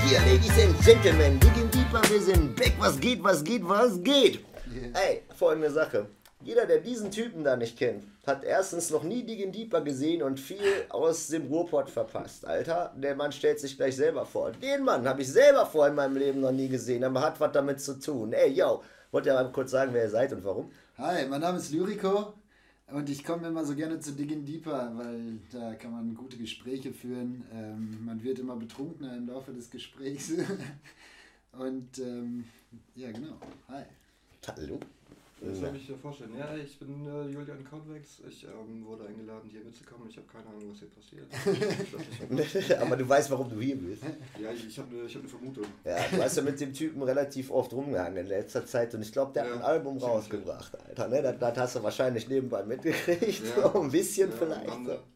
Yeah, Ladies and Gentlemen, Digging Deeper, wir sind back. Was geht, was geht, was geht? Yeah. Ey, folgende Sache. Jeder, der diesen Typen da nicht kennt, hat erstens noch nie Digging Deeper gesehen und viel aus dem Ruhrpott verpasst. Alter, der Mann stellt sich gleich selber vor. Den Mann habe ich selber vor in meinem Leben noch nie gesehen, aber hat was damit zu tun. Ey, yo, wollt ihr mal kurz sagen, wer ihr seid und warum? Hi, mein Name ist Lyrico und ich komme immer so gerne zu Digging Deeper, weil da kann man gute Gespräche führen. Man wird immer betrunkener im Laufe des Gesprächs. Und ja, genau. Hi. Hallo. Das soll ich mir vorstellen. Ja, ich bin Julian Convex. Ich wurde eingeladen, hier mitzukommen. Ich habe keine Ahnung, was hier passiert. Aber du weißt, warum du hier bist. Ja, ich hab eine Vermutung. Ja, du hast ja mit dem Typen relativ oft rumgehangen in letzter Zeit und ich glaube, der hat ein Album rausgebracht, Alter. Ne? Das hast du wahrscheinlich nebenbei mitgekriegt. Ja. So ein bisschen vielleicht.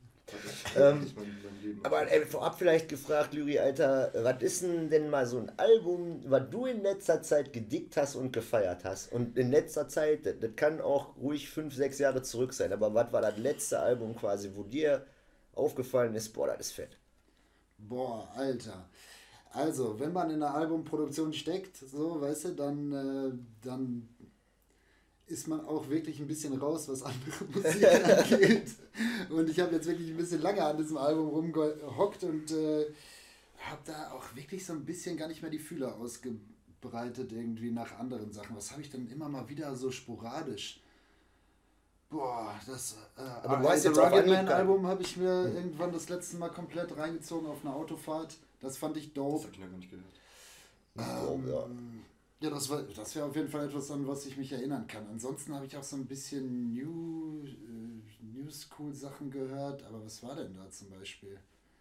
Aber vorab vielleicht gefragt, Lyri, Alter, was ist denn mal so ein Album, was du in letzter Zeit gedickt hast und gefeiert hast? Und in letzter Zeit, das kann auch ruhig 5, 6 Jahre zurück sein, aber was war das letzte Album quasi, wo dir aufgefallen ist, boah, das ist fett? Boah, Alter. Also, wenn man in einer Albumproduktion steckt, so, weißt du, dann ist man auch wirklich ein bisschen raus, was andere Musik angeht. Und ich habe jetzt wirklich ein bisschen lange an diesem Album rumgehockt und habe da auch wirklich so ein bisschen gar nicht mehr die Fühler ausgebreitet irgendwie nach anderen Sachen. Was habe ich denn immer mal wieder so sporadisch? Boah, das aber du weißt das jetzt Rugged Man Album habe ich mir irgendwann das letzte Mal komplett reingezogen auf einer Autofahrt. Das fand ich dope. Das habe ich noch gar nicht gehört. Ja, das wäre auf jeden Fall etwas, an was ich mich erinnern kann. Ansonsten habe ich auch so ein bisschen New School Sachen gehört, aber was war denn da zum Beispiel?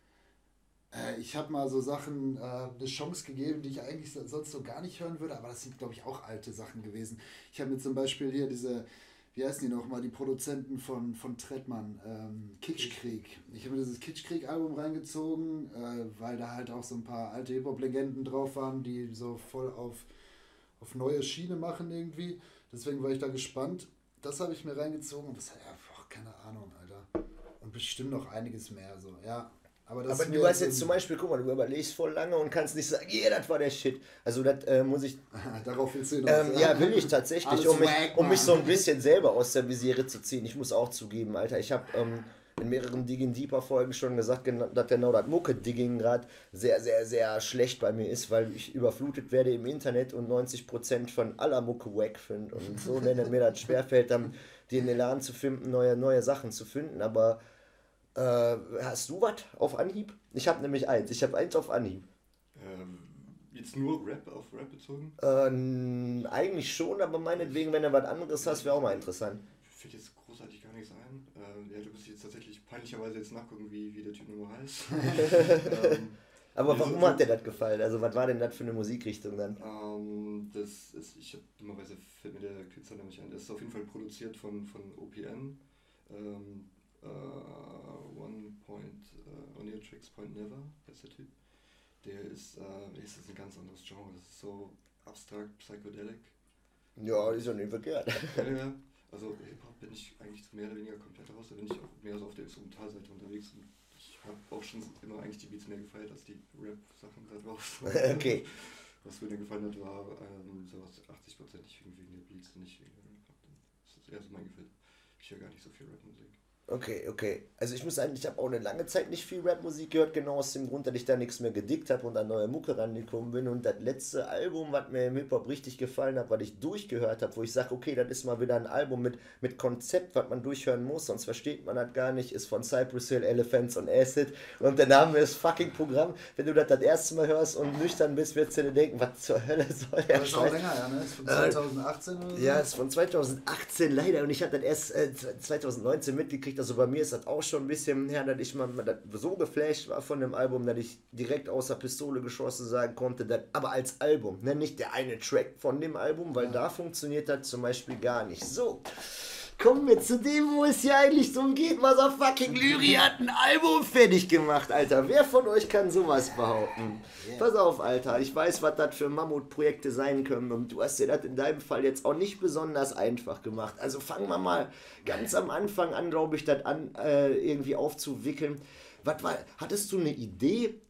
Ich habe mal so Sachen eine Chance gegeben, die ich eigentlich sonst so gar nicht hören würde, aber das sind, glaube ich, auch alte Sachen gewesen. Ich habe mir zum Beispiel hier diese, wie heißen die nochmal, die Produzenten von Trettmann, Kitschkrieg. Ich habe mir dieses Kitschkrieg-Album reingezogen, weil da halt auch so ein paar alte Hip-Hop-Legenden drauf waren, die so voll auf neue Schiene machen irgendwie. Deswegen war ich da gespannt. Das habe ich mir reingezogen und das hat keine Ahnung, Alter. Und bestimmt noch einiges mehr. So. Ja, aber du hast jetzt zum Beispiel, guck mal, du überlegst voll lange und kannst nicht sagen, yeah, das war der Shit. Also das muss ich... Darauf willst du hinaus. Ja, will ich tatsächlich, um mich so ein bisschen selber aus der Misere zu ziehen. Ich muss auch zugeben, Alter, ich habe... in mehreren Digging Deeper Folgen schon gesagt, dass genau das Mucke-Digging gerade sehr, sehr, sehr schlecht bei mir ist, weil ich überflutet werde im Internet und 90% von aller Mucke wack finde und so, wenn mir das schwerfällt, dann den Elan zu finden, neue Sachen zu finden, aber hast du was auf Anhieb? Ich habe nämlich eins auf Anhieb. Jetzt nur auf Rap bezogen? Eigentlich schon, aber meinetwegen, wenn du was anderes hast, wäre auch mal interessant. Fällt jetzt großartig gar nichts ein. Ja, du musst jetzt tatsächlich peinlicherweise jetzt nachgucken, wie der Typ nochmal heißt. Aber warum hat dir das gefallen? Also was war denn das für eine Musikrichtung dann? Ich habe dummerweise fällt mir der Künstlername nicht ein. Das ist auf jeden Fall produziert von OPN. On Your Tricks Point Never heißt der Typ. Der ist ein ganz anderes Genre. Das ist so abstrakt, psychedelic. Ja, ist ja nicht verkehrt. Ja. Also Hip-Hop bin ich eigentlich mehr oder weniger komplett raus, da bin ich auch mehr so auf der Instrumentalseite unterwegs und ich habe auch schon immer eigentlich die Beats mehr gefeiert als die Rap-Sachen da drauf. Okay. Was mir dann gefallen hat, war so 80% wegen der Beats und nicht wegen der Rap. Das ist eher so mein Gefühl. Ich höre gar nicht so viel Rap-Musik. Okay. Also ich muss sagen, ich habe auch eine lange Zeit nicht viel Rap-Musik gehört, genau aus dem Grund, dass ich da nichts mehr gedickt habe und an neue Mucke rangekommen bin. Und das letzte Album, was mir im Hip-Hop richtig gefallen hat, was ich durchgehört habe, wo ich sage, okay, das ist mal wieder ein Album mit Konzept, was man durchhören muss, sonst versteht man das gar nicht, ist von Cypress Hill, Elephants und Acid. Und der Name ist fucking Programm. Wenn du das erste Mal hörst und nüchtern bist, wirst du dir denken, was zur Hölle soll der Scheiß? Das ist auch länger, ja, ne? Ist von 2018 oder so? Ja, ist von 2018 leider und ich hatte das erst 2019 mitgekriegt. Also bei mir ist das auch schon ein bisschen her, dass ich mal so geflasht war von dem Album, dass ich direkt außer Pistole geschossen sagen konnte, dass, aber als Album, ne, nicht der eine Track von dem Album, weil da funktioniert das zum Beispiel gar nicht. So, kommen wir zu dem, wo es hier eigentlich drum geht. Motherfucking Lyri hat ein Album fertig gemacht, Alter. Wer von euch kann sowas behaupten? Yeah. Pass auf, Alter. Ich weiß, was das für Mammutprojekte sein können. Und du hast dir das in deinem Fall jetzt auch nicht besonders einfach gemacht. Also fangen wir mal ganz am Anfang an, glaube ich, das irgendwie aufzuwickeln. Hattest du eine Idee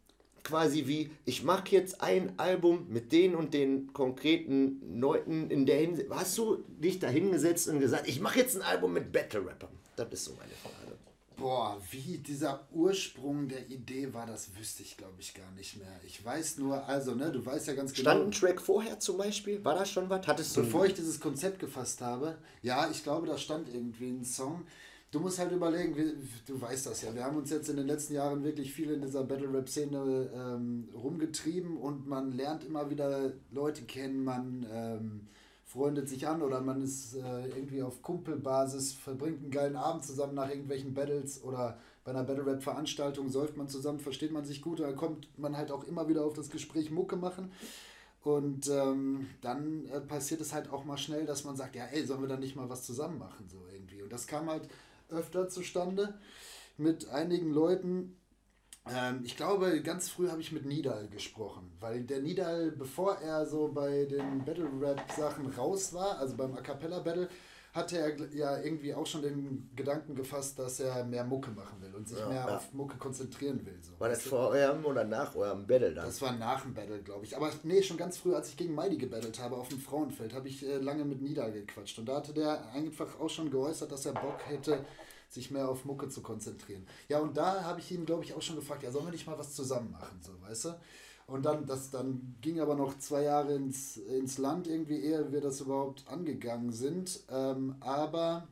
quasi wie, ich mache jetzt ein Album mit den und den konkreten Leuten in der Hinsicht. Hast du dich da hingesetzt und gesagt, ich mache jetzt ein Album mit Battle-Rappern? Das ist so meine Frage. Boah, wie dieser Ursprung der Idee war, das wüsste ich, glaube ich, gar nicht mehr. Ich weiß nur, also, ne, du weißt ja ganz genau. Stand ein Track vorher zum Beispiel? War da schon was? Hattest du Bevor ich dieses Konzept gefasst habe, ja, ich glaube, da stand irgendwie ein Song. Du musst halt überlegen, du weißt das ja, wir haben uns jetzt in den letzten Jahren wirklich viel in dieser Battle-Rap-Szene rumgetrieben und man lernt immer wieder Leute kennen, man freundet sich an oder man ist irgendwie auf Kumpelbasis, verbringt einen geilen Abend zusammen nach irgendwelchen Battles oder bei einer Battle-Rap-Veranstaltung säuft man zusammen, versteht man sich gut, da kommt man halt auch immer wieder auf das Gespräch Mucke machen. Und dann passiert es halt auch mal schnell, dass man sagt, ja ey, sollen wir dann nicht mal was zusammen machen, so irgendwie. Und das kam halt öfter zustande mit einigen Leuten. Ich glaube, ganz früh habe ich mit Nidal gesprochen, weil der Nidal, bevor er so bei den Battle-Rap-Sachen raus war, also beim A-Cappella-Battle, hatte er ja irgendwie auch schon den Gedanken gefasst, dass er mehr Mucke machen will und sich mehr auf Mucke konzentrieren will. So. War das vor eurem oder nach eurem Battle dann? Das war nach dem Battle, glaube ich. Aber nee, schon ganz früh, als ich gegen Meidi gebattelt habe auf dem Frauenfeld, habe ich lange mit Nida gequatscht. Und da hatte der einfach auch schon geäußert, dass er Bock hätte, sich mehr auf Mucke zu konzentrieren. Ja, und da habe ich ihn, glaube ich, auch schon gefragt, ja, sollen wir nicht mal was zusammen machen, so, weißt du? Und dann ging aber noch 2 Jahre ins Land irgendwie, ehe wir das überhaupt angegangen sind. Aber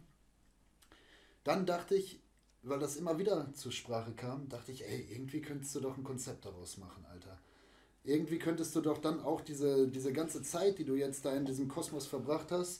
dann dachte ich, weil das immer wieder zur Sprache kam, dachte ich, ey, irgendwie könntest du doch ein Konzept daraus machen, Alter. Irgendwie könntest du doch dann auch diese ganze Zeit, die du jetzt da in diesem Kosmos verbracht hast,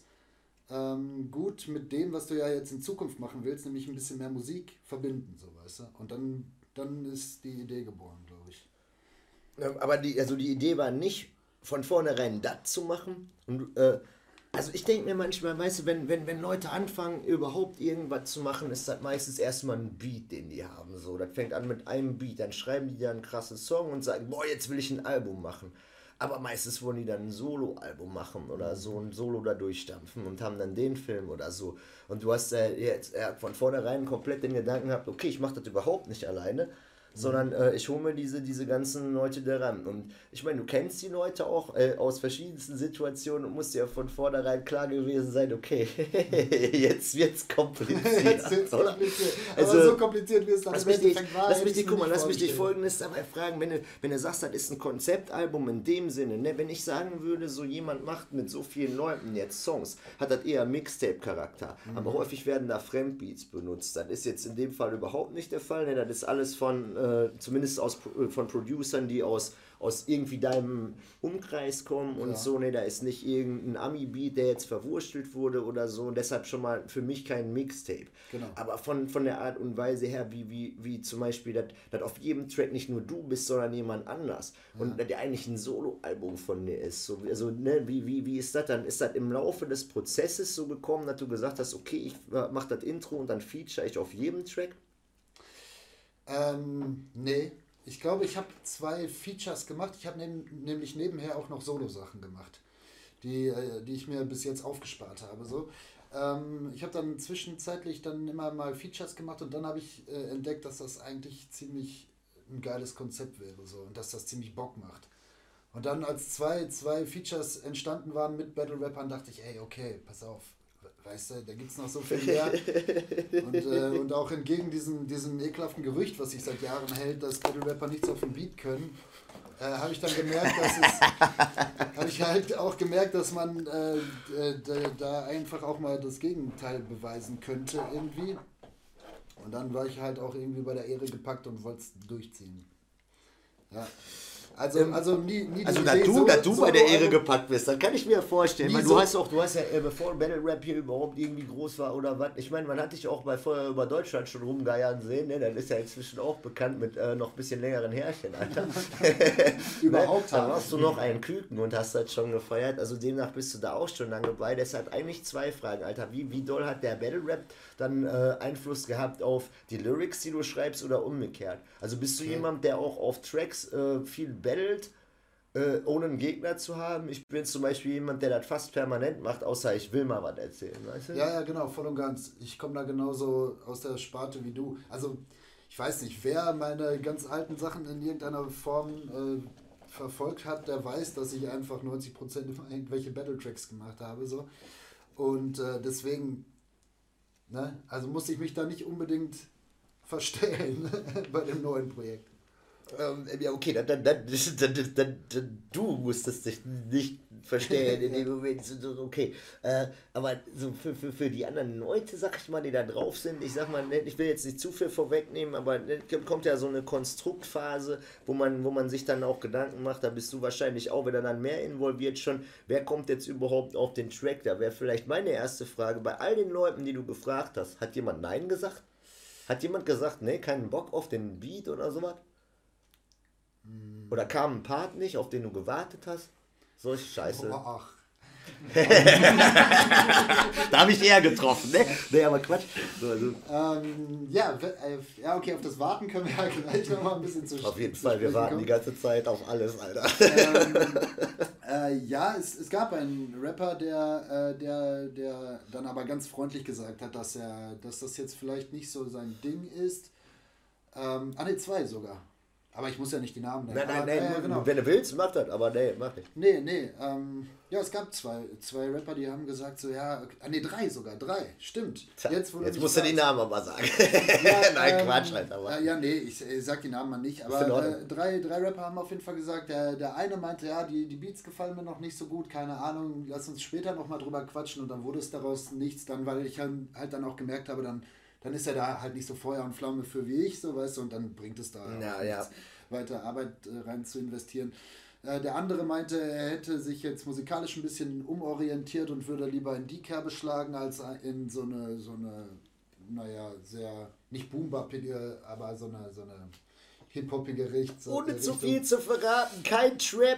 gut mit dem, was du ja jetzt in Zukunft machen willst, nämlich ein bisschen mehr Musik verbinden, so, weißt du. Und dann ist die Idee geboren, glaube ich. Aber die Idee war nicht, von vornherein das zu machen. Und, also ich denke mir manchmal, weißt du, wenn Leute anfangen, überhaupt irgendwas zu machen, ist das meistens erstmal ein Beat, den die haben. So, das fängt an mit einem Beat, dann schreiben die da einen krassen Song und sagen, boah, jetzt will ich ein Album machen. Aber meistens wollen die dann ein Solo-Album machen oder so ein Solo da durchstampfen und haben dann den Film oder so. Und du hast jetzt von vornherein komplett den Gedanken gehabt, okay, ich mache das überhaupt nicht alleine, sondern ich hole mir diese ganzen Leute da ran. Und ich meine, du kennst die Leute auch aus verschiedensten Situationen und musst dir ja von vornherein klar gewesen sein, okay, jetzt wird's kompliziert. Jetzt wird's kompliziert. Aber Also, so kompliziert wie es dann im Endeffekt war. lass mich dich Folgendes dabei fragen, wenn du sagst, das ist ein Konzeptalbum in dem Sinne, ne? Wenn ich sagen würde, so jemand macht mit so vielen Leuten jetzt Songs, hat das eher Mixtape-Charakter. Aber häufig werden da Fremdbeats benutzt. Das ist jetzt in dem Fall überhaupt nicht der Fall, ne? Das ist alles zumindest von Producern, die aus irgendwie deinem Umkreis kommen und so, ne, da ist nicht irgendein Ami-Beat, der jetzt verwurstelt wurde oder so und deshalb schon mal für mich kein Mixtape. Genau. Aber von der Art und Weise her, wie zum Beispiel, dass auf jedem Track nicht nur du bist, sondern jemand anders und der eigentlich ein Solo-Album von dir ist. So, also, ne, wie ist das dann? Ist das im Laufe des Prozesses so gekommen, dass du gesagt hast, okay, ich mach das Intro und dann feature ich auf jedem Track? Nee. Ich glaube, ich habe 2 Features gemacht. Ich habe nämlich nebenher auch noch Solo-Sachen gemacht, die ich mir bis jetzt aufgespart habe. So. Ich habe dann zwischenzeitlich dann immer mal Features gemacht und dann habe ich entdeckt, dass das eigentlich ziemlich ein geiles Konzept wäre so, und dass das ziemlich Bock macht. Und dann als zwei Features entstanden waren mit Battle-Rappern, dachte ich, ey, okay, pass auf. Weißt du, da gibt es noch so viel mehr. Und auch entgegen diesem ekelhaften Gerücht, was sich seit Jahren hält, dass Battle-Rapper nichts auf dem Beat können, habe ich dann gemerkt, dass man da einfach auch mal das Gegenteil beweisen könnte irgendwie. Und dann war ich halt auch irgendwie bei der Ehre gepackt und wollte es durchziehen. Ja. Also nie Also, Idee, dass du bei der Ehre gepackt bist, das kann ich mir vorstellen. Weil so, du hast ja, bevor Battle Rap hier überhaupt irgendwie groß war oder was, ich meine, man hat dich auch bei Feuer über Deutschland schon rumgeiern sehen, ne? Dann ist ja inzwischen auch bekannt mit noch ein bisschen längeren Härchen, Alter. Überhaupt. Da warst du noch ein Küken und hast das schon gefeiert, also demnach bist du da auch schon lange bei. Deshalb eigentlich 2 Fragen, Alter. Wie doll hat der Battle Rap dann Einfluss gehabt auf die Lyrics, die du schreibst, oder umgekehrt? Also bist du jemand, der auch auf Tracks viel battelt, ohne einen Gegner zu haben? Ich bin zum Beispiel jemand, der das fast permanent macht, außer ich will mal was erzählen, weißt du? Ja, genau, voll und ganz. Ich komme da genauso aus der Sparte wie du. Also ich weiß nicht, wer meine ganz alten Sachen in irgendeiner Form verfolgt hat, der weiß, dass ich einfach 90% immer irgendwelche Battle-Tracks gemacht habe. So. Und deswegen, ne, also musste ich mich da nicht unbedingt verstellen bei dem neuen Projekt. Ja, okay, dann, du musstest dich nicht verstehen in dem Moment. Okay, aber so für die anderen Leute, sag ich mal, die da drauf sind, ich sag mal, ich will jetzt nicht zu viel vorwegnehmen, aber kommt ja so eine Konstruktphase, wo man sich dann auch Gedanken macht, da bist du wahrscheinlich auch wieder dann mehr involviert schon. Wer kommt jetzt überhaupt auf den Track? Da wäre vielleicht meine erste Frage, bei all den Leuten, die du gefragt hast, hat jemand Nein gesagt? Hat jemand gesagt, nee, keinen Bock auf den Beat oder sowas? Oder kam ein Part nicht, auf den du gewartet hast? Solche Scheiße. Oh, ach. Da habe ich eher getroffen, ne? Nee, aber Quatsch. So, also. Ja, okay, auf das Warten können wir ja gleich nochmal ein bisschen zu Auf jeden Fall, wir warten die ganze Zeit auf alles, Alter. Ja, es gab einen Rapper, der dann aber ganz freundlich gesagt hat, dass das jetzt vielleicht nicht so sein Ding ist. Zwei sogar. Aber ich muss ja nicht die Namen nennen. Nein, genau. Wenn du willst, mach das, aber nee, mach nicht. Nee, ja, es gab zwei Rapper, die haben gesagt so, ja, drei, stimmt. Jetzt musst du die Namen aber sagen. Ja, nein, Quatsch halt, aber. Ja, nee, ich sag die Namen mal nicht, aber drei Rapper haben auf jeden Fall gesagt, der eine meinte, ja, die Beats gefallen mir noch nicht so gut, keine Ahnung, lass uns später nochmal drüber quatschen, und dann wurde es daraus nichts, dann, weil ich halt dann auch gemerkt habe, dann ist er da halt nicht so Feuer und Flamme für wie ich, so, weißt du, und dann bringt es da nichts, weiter Arbeit rein zu investieren. Der andere meinte, er hätte sich jetzt musikalisch ein bisschen umorientiert und würde lieber in die Kerbe schlagen, als in so eine naja, sehr, nicht boom-bappige, aber so eine hip-hoppige Richtung. Ohne zu viel zu verraten, kein Trap.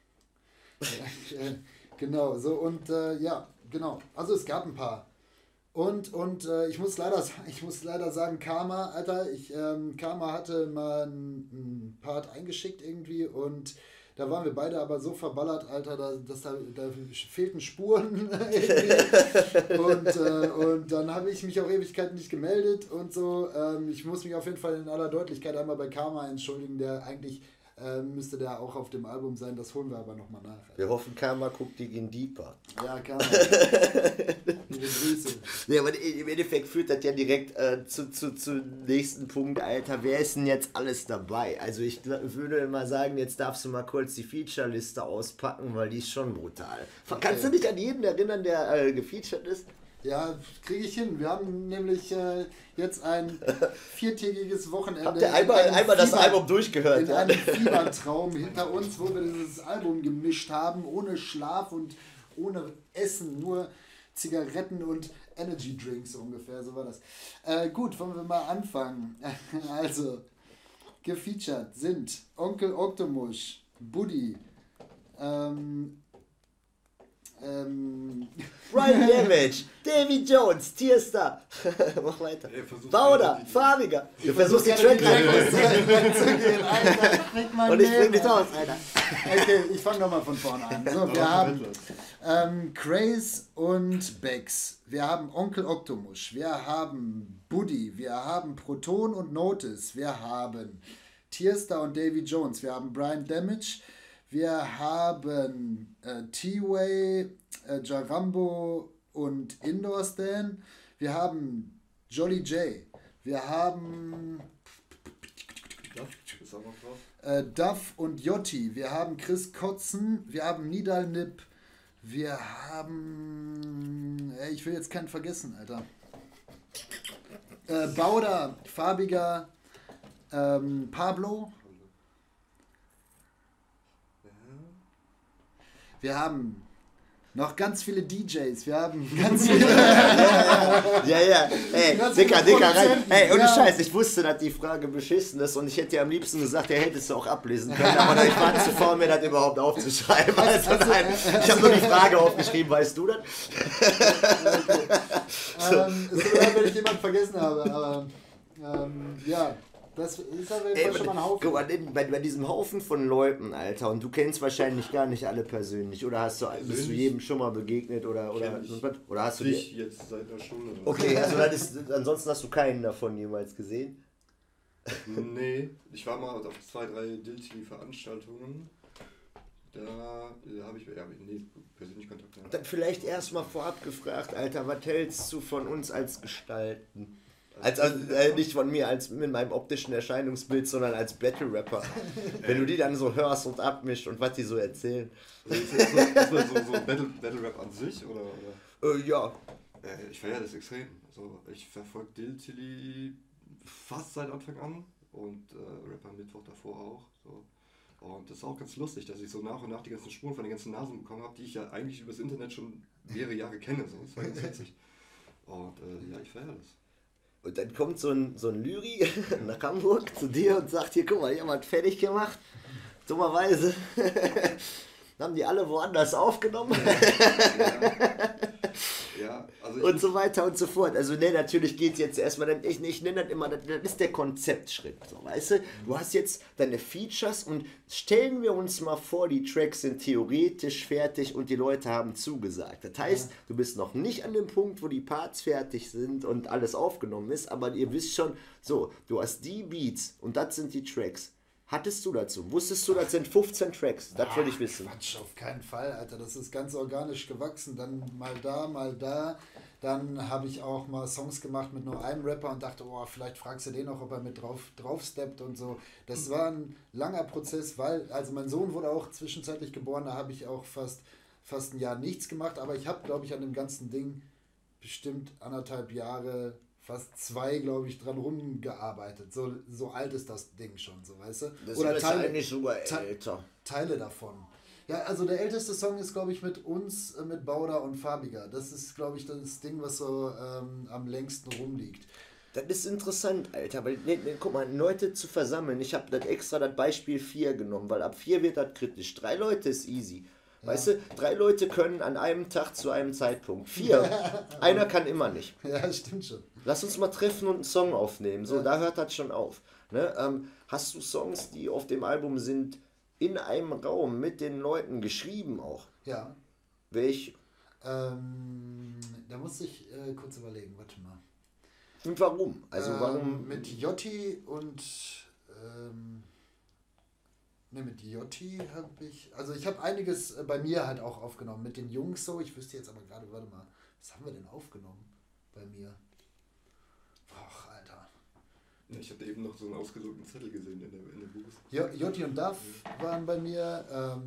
Genau, so, und ja, genau, also es gab ein paar. Und ich muss leider sagen, Karma, Alter, Karma hatte mal einen Part eingeschickt irgendwie, und da waren wir beide aber so verballert, Alter, da fehlten Spuren und dann habe ich mich auch Ewigkeiten nicht gemeldet und so. Ich muss mich auf jeden Fall in aller Deutlichkeit einmal bei Karma entschuldigen, der eigentlich müsste der auch auf dem Album sein, das holen wir aber nochmal nach. Alter. Wir hoffen, Karma guckt die in Deeper. Ja, Karma. Liebe Grüße. Ja, aber im Endeffekt führt das ja direkt zum nächsten Punkt, Alter. Wer ist denn jetzt alles dabei? Also ich würde mal sagen, jetzt darfst du mal kurz die Feature-Liste auspacken, weil die ist schon brutal. Okay. Kannst du dich an jeden erinnern, der gefeatured ist? Ja, kriege ich hin. Wir haben nämlich jetzt ein 4-tägiges Wochenende. Habt ihr einmal das Album durchgehört? In einem Fiebertraum hinter uns, wo wir dieses Album gemischt haben, ohne Schlaf und ohne Essen, nur Zigaretten und Energy Drinks, so ungefähr, so war das. Gut, wollen wir mal anfangen. Also, gefeatured sind Onkel Octomush, Buddy, Brian Damage, Davy Jones, Tierstar. Mach weiter. Bauder, Farbiger. Du versuchst die Track reinzugehen, Alter. Und ich bring dich raus, Alter. Okay, ich fange nochmal von vorne an. So, wir haben Craze und Bex. Wir haben Onkel Octomush. Wir haben Buddy. Wir haben Proton und Notice. Wir haben Tierstar und Davy Jones. Wir haben Brian Damage. Wir haben T-Way, Jarambo und Indoor Stan. Wir haben Jolly J. Wir haben Duff und Jotti. Wir haben Chris Kotzen. Wir haben Nidal Nip. Wir haben... ich will jetzt keinen vergessen, Alter. Bauder, Farbiger, Pablo. Wir haben noch ganz viele DJs. Wir haben ganz viele... Ja. Ey, dicker rein. Ey, ohne Scheiß, ich wusste, dass die Frage beschissen ist, und ich hätte dir am liebsten gesagt, ja, hättest du auch ablesen können, aber ich war zu faul, mir das überhaupt aufzuschreiben. Also nein, ich habe nur die Frage aufgeschrieben, weißt du das? Es tut mir leid, wenn ich jemanden vergessen habe, aber ja... Das ist aber schon mal ein Haufen. Guck mal, bei diesem Haufen von Leuten, Alter, und du kennst wahrscheinlich gar nicht alle persönlich, oder bist du jedem schon mal begegnet, oder hast du dich jetzt seit einer Stunde? Okay, also ansonsten hast du keinen davon jemals gesehen? Nee, ich war mal auf 2, 3 Dilti-Veranstaltungen. Da habe ich nee, persönlich Kontakt gehabt. Dann vielleicht erstmal vorab gefragt, Alter, was hältst du von uns als Gestalten? Also nicht von mir als mit meinem optischen Erscheinungsbild, sondern als Battle-Rapper. Wenn du die dann so hörst und abmischt und was die so erzählen. Ist das so Battle-Rap an sich? Oder? Ja. Ich feiere das extrem. Also, ich verfolge Diltily fast seit Anfang an und Rapper Mittwoch davor auch. So. Und das ist auch ganz lustig, dass ich so nach und nach die ganzen Spuren von den ganzen Nasen bekommen habe, die ich ja eigentlich übers Internet schon mehrere Jahre kenne. So. Das war ganz witzig. Und ja, ich feiere das. Und dann kommt so ein Lyri nach Hamburg zu dir und sagt, hier, guck mal, jemand fertig gemacht. Dummerweise haben die alle woanders aufgenommen. Ja, also und so weiter und so fort. Also ne, natürlich geht es jetzt erstmal, ich nenne das immer, das ist der Konzeptschritt. So, weißt du, du hast jetzt deine Features und stellen wir uns mal vor, die Tracks sind theoretisch fertig und die Leute haben zugesagt. Das heißt, du bist noch nicht an dem Punkt, wo die Parts fertig sind und alles aufgenommen ist, aber ihr wisst schon, so, du hast die Beats und das sind die Tracks. Hattest du dazu? Wusstest du, das sind 15 Tracks? Das würde ich wissen. Quatsch, auf keinen Fall, Alter. Das ist ganz organisch gewachsen. Dann mal da, mal da. Dann habe ich auch mal Songs gemacht mit nur einem Rapper und dachte, oh, vielleicht fragst du den auch, ob er mit drauf steppt und so. Das war ein langer Prozess, weil, also mein Sohn wurde auch zwischenzeitlich geboren, da habe ich auch fast ein Jahr nichts gemacht, aber ich habe, glaube ich, an dem ganzen Ding bestimmt 1,5 Jahre, fast 2, glaube ich, dran rumgearbeitet. So alt ist das Ding schon, so, weißt du? Das Oder ist eigentlich sogar älter. Teile davon. Ja, also der älteste Song ist, glaube ich, mit uns, mit Bauder und Farbiger. Das ist, glaube ich, das Ding, was so am längsten rumliegt. Das ist interessant, Alter, weil, guck mal, Leute zu versammeln, ich habe das extra das Beispiel 4 genommen, weil ab 4 wird das kritisch. 3 Leute ist easy. Weißt du, 3 Leute können an einem Tag zu einem Zeitpunkt. 4, einer kann immer nicht. Ja, stimmt schon. Lass uns mal treffen und einen Song aufnehmen. So, da hört das schon auf. Ne? Hast du Songs, die auf dem Album sind, in einem Raum mit den Leuten geschrieben auch? Ja. Welche? Da muss ich kurz überlegen, warte mal. Und warum? Also warum? Mit Jotti und mit Jotti habe ich, also ich habe einiges bei mir halt auch aufgenommen, mit den Jungs so, ich wüsste jetzt aber gerade, warte mal, was haben wir denn aufgenommen bei mir? Och, Alter. Ja, ich hatte eben noch so einen ausgedruckten Zettel gesehen in der Buch. Jotti und Duff waren bei mir,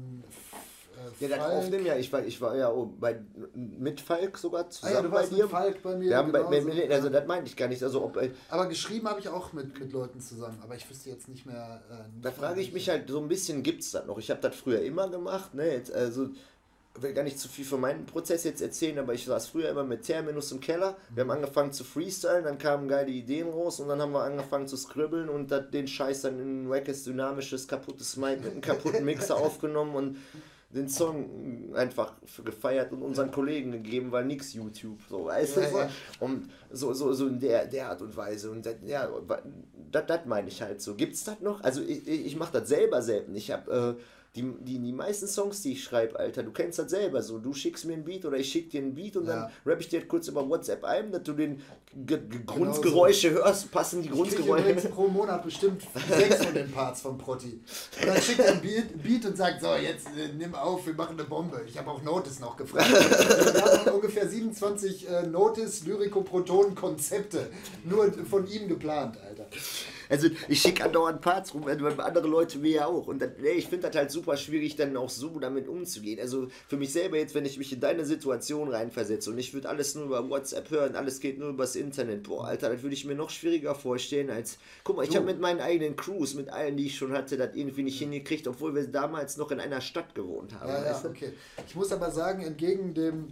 Ja, das aufnehmen, ja, ich war ja mit Falk sogar zusammen du warst bei dir. mit Falk bei mir. Wir haben genauso, also das meinte ich gar nicht. Also aber geschrieben habe ich auch mit Leuten zusammen, aber ich wüsste jetzt nicht mehr. Da frage ich mich halt so ein bisschen, gibt es das noch? Ich habe das früher immer gemacht, ne? Jetzt, also will gar nicht zu viel von meinem Prozess jetzt erzählen, aber ich saß früher immer mit Terminus im Keller. Wir haben angefangen zu freestylen, dann kamen geile Ideen raus und dann haben wir angefangen zu scribbeln und den Scheiß dann in ein wackes, dynamisches, kaputtes Mic mit einem kaputten Mixer aufgenommen und den Song einfach gefeiert und unseren Kollegen gegeben, weil nix YouTube, so, weißt du? Ja. Und so in der Art und Weise. Und das meine ich halt so. Gibt's das noch? Also ich mache das selber selten. Ich habe die meisten Songs, die ich schreibe, Alter, du kennst das selber so. Du schickst mir ein Beat oder ich schick dir ein Beat und dann rapp ich dir kurz über WhatsApp ein, dass du den Grundgeräusche hörst, passen die Grundgeräusche. Ich pro Monat bestimmt 6 von den Parts von Protti. Und dann schickt er ein Beat und sagt, so, jetzt nimm auf, wir machen eine Bombe. Ich habe auch Notice noch gefragt. Wir haben ungefähr 27 Notice, Lyrico, Proton, Konzepte. Nur von ihm geplant, Alter. Also ich schicke andauernd Parts rum, andere Leute mir ja auch. Und ich finde das halt super schwierig, dann auch so damit umzugehen. Also für mich selber jetzt, wenn ich mich in deine Situation reinversetze und ich würde alles nur über WhatsApp hören, alles geht nur übers Internet, boah, Alter, das würde ich mir noch schwieriger vorstellen als, guck mal, ich habe mit meinen eigenen Crews, mit allen, die ich schon hatte, das irgendwie nicht hingekriegt, obwohl wir damals noch in einer Stadt gewohnt haben. Ja, okay. Ich muss aber sagen, entgegen dem,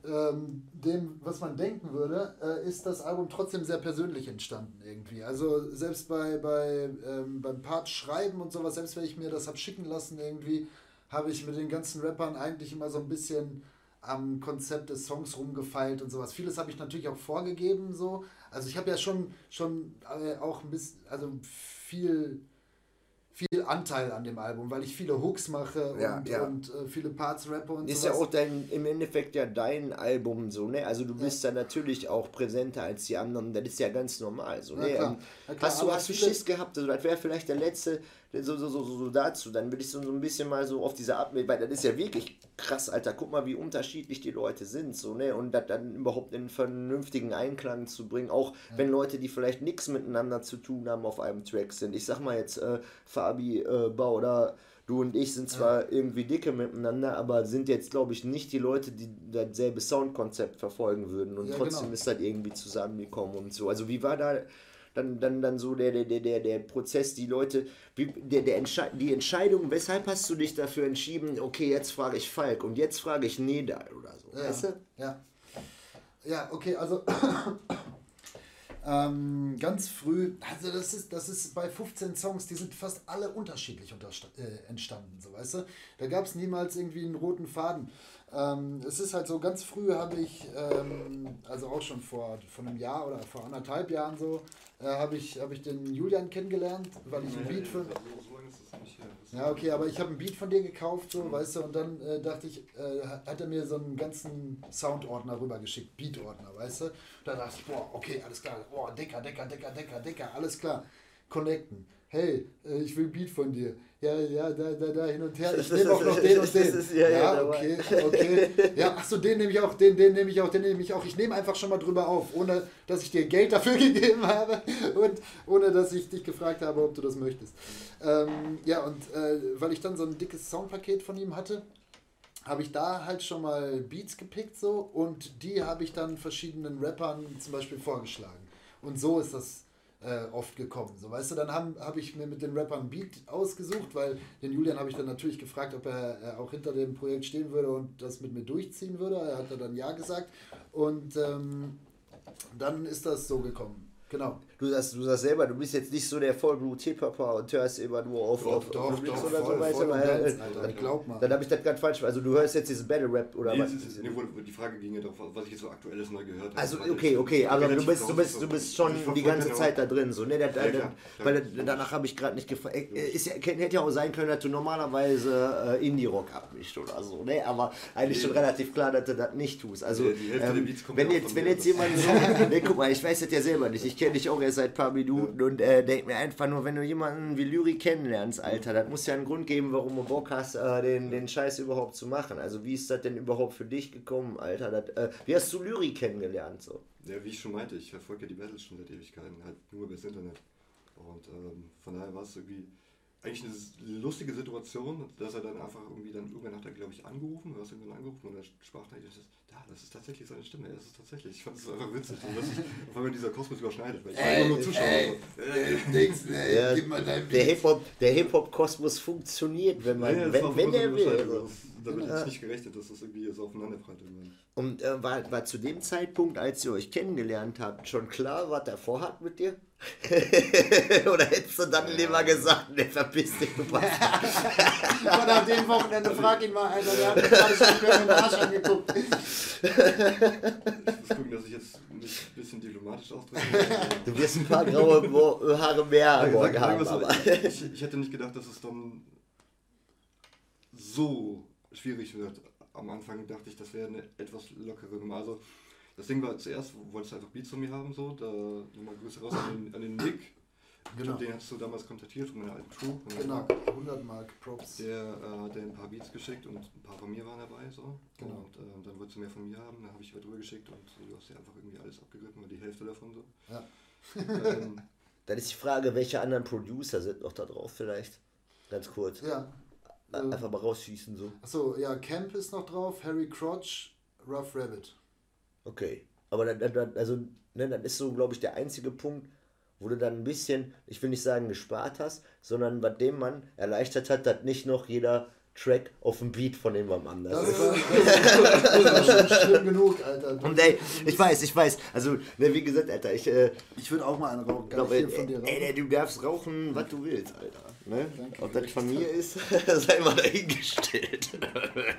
was man denken würde, ist das Album trotzdem sehr persönlich entstanden irgendwie. Also selbst beim Part schreiben und sowas, selbst wenn ich mir das habe schicken lassen irgendwie, habe ich mit den ganzen Rappern eigentlich immer so ein bisschen am Konzept des Songs rumgefeilt und sowas. Vieles habe ich natürlich auch vorgegeben so. Also ich habe ja schon auch ein bisschen, also viel viel Anteil an dem Album, weil ich viele Hooks mache und viele Parts rappe und ist sowas. ja auch im Endeffekt ja dein Album so, ne? Also du bist da natürlich auch präsenter als die anderen, das ist ja ganz normal so, ne? Klar. Hast du Schiss gehabt? Also das wäre vielleicht der letzte, so dazu, dann würde ich so ein bisschen mal so auf diese Art, weil das ist ja wirklich krass, Alter, guck mal, wie unterschiedlich die Leute sind, so, ne? Und das dann überhaupt in einen vernünftigen Einklang zu bringen, auch wenn Leute, die vielleicht nichts miteinander zu tun haben, auf einem Track sind. Ich sag mal jetzt, Fabi, Bauder, du und ich sind zwar irgendwie dicke miteinander, aber sind jetzt, glaube ich, nicht die Leute, die dasselbe Soundkonzept verfolgen würden und trotzdem ist das irgendwie zusammengekommen und so. Also wie war da dann so der Prozess, die Leute, die Entscheidung, weshalb hast du dich dafür entschieden, okay, jetzt frage ich Falk und jetzt frage ich Neda oder so, weißt du? Ja, okay, also ganz früh, also das ist bei 15 Songs, die sind fast alle unterschiedlich entstanden, so, weißt du? Da gab es niemals irgendwie einen roten Faden. Es ist halt so, ganz früh habe ich, also auch schon vor einem Jahr oder vor 1,5 Jahren so, habe ich den Julian kennengelernt, weil ich ein Beat von... Ja, okay, aber ich habe ein Beat von dir gekauft, so, weißt du, und dann dachte ich, hat er mir so einen ganzen Soundordner rübergeschickt, Beatordner, weißt du? Da dachte ich, boah, okay, alles klar, boah, Dicker, alles klar, connecten. Hey, ich will Beat von dir. Ja, da, hin und her. Ich nehme auch noch den und den. Ja, okay. Ja, achso, den nehme ich auch. Ich nehme einfach schon mal drüber auf, ohne dass ich dir Geld dafür gegeben habe und ohne dass ich dich gefragt habe, ob du das möchtest. Weil ich dann so ein dickes Soundpaket von ihm hatte, habe ich da halt schon mal Beats gepickt so und die habe ich dann verschiedenen Rappern zum Beispiel vorgeschlagen. Und so ist das oft gekommen. So, weißt du, dann habe ich mir mit den Rappern ein Beat ausgesucht, weil den Julian habe ich dann natürlich gefragt, ob er auch hinter dem Projekt stehen würde und das mit mir durchziehen würde. Er hat dann ja gesagt und dann ist das so gekommen. Genau. Du sagst selber, du bist jetzt nicht so der Vollblut-Hip-Hopper und hörst immer nur auf Remix oder so, weißt du, Alter, glaub mal. Dann habe ich das ganz falsch. Also du hörst jetzt diesen Battle-Rap oder was? Die Frage ging ja doch, was ich jetzt so aktuelles mal gehört habe. Also okay, aber du bist schon die ganze Zeit da drin, so, ne? Weil danach habe ich gerade nicht gefragt. Hätte ja auch sein können, dass du normalerweise Indie-Rock abmischt oder so, ne? Aber eigentlich schon relativ klar, dass du das nicht tust. Also wenn jetzt jemand so, ne, guck mal, ich weiß das ja selber nicht. Ich kenne dich auch erst seit ein paar Minuten und denk mir einfach nur, wenn du jemanden wie Lyri kennenlernst, Alter, das muss ja einen Grund geben, warum du Bock hast, den Scheiß überhaupt zu machen. Also wie ist das denn überhaupt für dich gekommen, Alter? Wie hast du Lyri kennengelernt? So? Ja, wie ich schon meinte, ich verfolge ja die Battles schon seit Ewigkeiten, halt nur übers Internet. Und von daher war es irgendwie eigentlich eine lustige Situation, dass er dann einfach irgendwann hat er, glaube ich, angerufen, oder hast du irgendwann angerufen und er sprach da, das ist tatsächlich seine Stimme, das ist tatsächlich, ich fand es einfach witzig, dass sich auf einmal dieser Kosmos überschneidet, weil ich war immer nur Zuschauer. Gib mal dein Beat. Der Hip-Hop-Kosmos funktioniert, wenn er will. Damit hätte ich nicht gerechnet, dass das irgendwie so aufeinanderprallt irgendwann. Und war zu dem Zeitpunkt, als ihr euch kennengelernt habt, schon klar, was er vorhat mit dir? Oder hättest du dann lieber gesagt, ne, verpiss dich, du Bastard. Und an dem Wochenende frag ihn mal, Alter, der hat mir gerade schon den Arsch angeguckt. Ich muss gucken, dass ich jetzt mich ein bisschen diplomatisch ausdrücke. Du wirst ein paar graue Haare mehr morgen haben. Ich hätte nicht gedacht, dass es dann so schwierig wird. Am Anfang dachte ich, das wäre eine etwas lockere Nummer. Also das Ding war, zuerst wolltest du einfach Beats von mir haben, so, da nochmal Grüße raus an den Nick. Genau. Den hast du damals kontaktiert von meiner alten Crew. Genau, 100 Mark, Props. Der hat ein paar Beats geschickt und ein paar von mir waren dabei, so. Genau. Und dann wolltest du mehr von mir haben, dann habe ich was drüber geschickt und du hast ja einfach irgendwie alles abgegriffen, die Hälfte davon so. Ja. Dann ist die Frage, welche anderen Producer sind noch da drauf vielleicht? Ganz kurz. Ja. Einfach mal rausschießen so. Achso, ja, Camp ist noch drauf, Harry Crotch, Rough Rabbit. Okay, aber dann ist so, glaube ich, der einzige Punkt, wo du dann ein bisschen, ich will nicht sagen gespart hast, sondern bei dem man erleichtert hat, dass nicht noch jeder Track auf dem Beat von jemandem anders ist. Das war schon schlimm genug, Alter. Und ey, ich weiß, also, ne, wie gesagt, Alter, ich würde auch mal einen rauchen, gar nicht viel von dir rauchen. Ey, du darfst rauchen, was du willst, Alter. Ne? Danke. Ob das von mir ist, sei mal dahingestellt.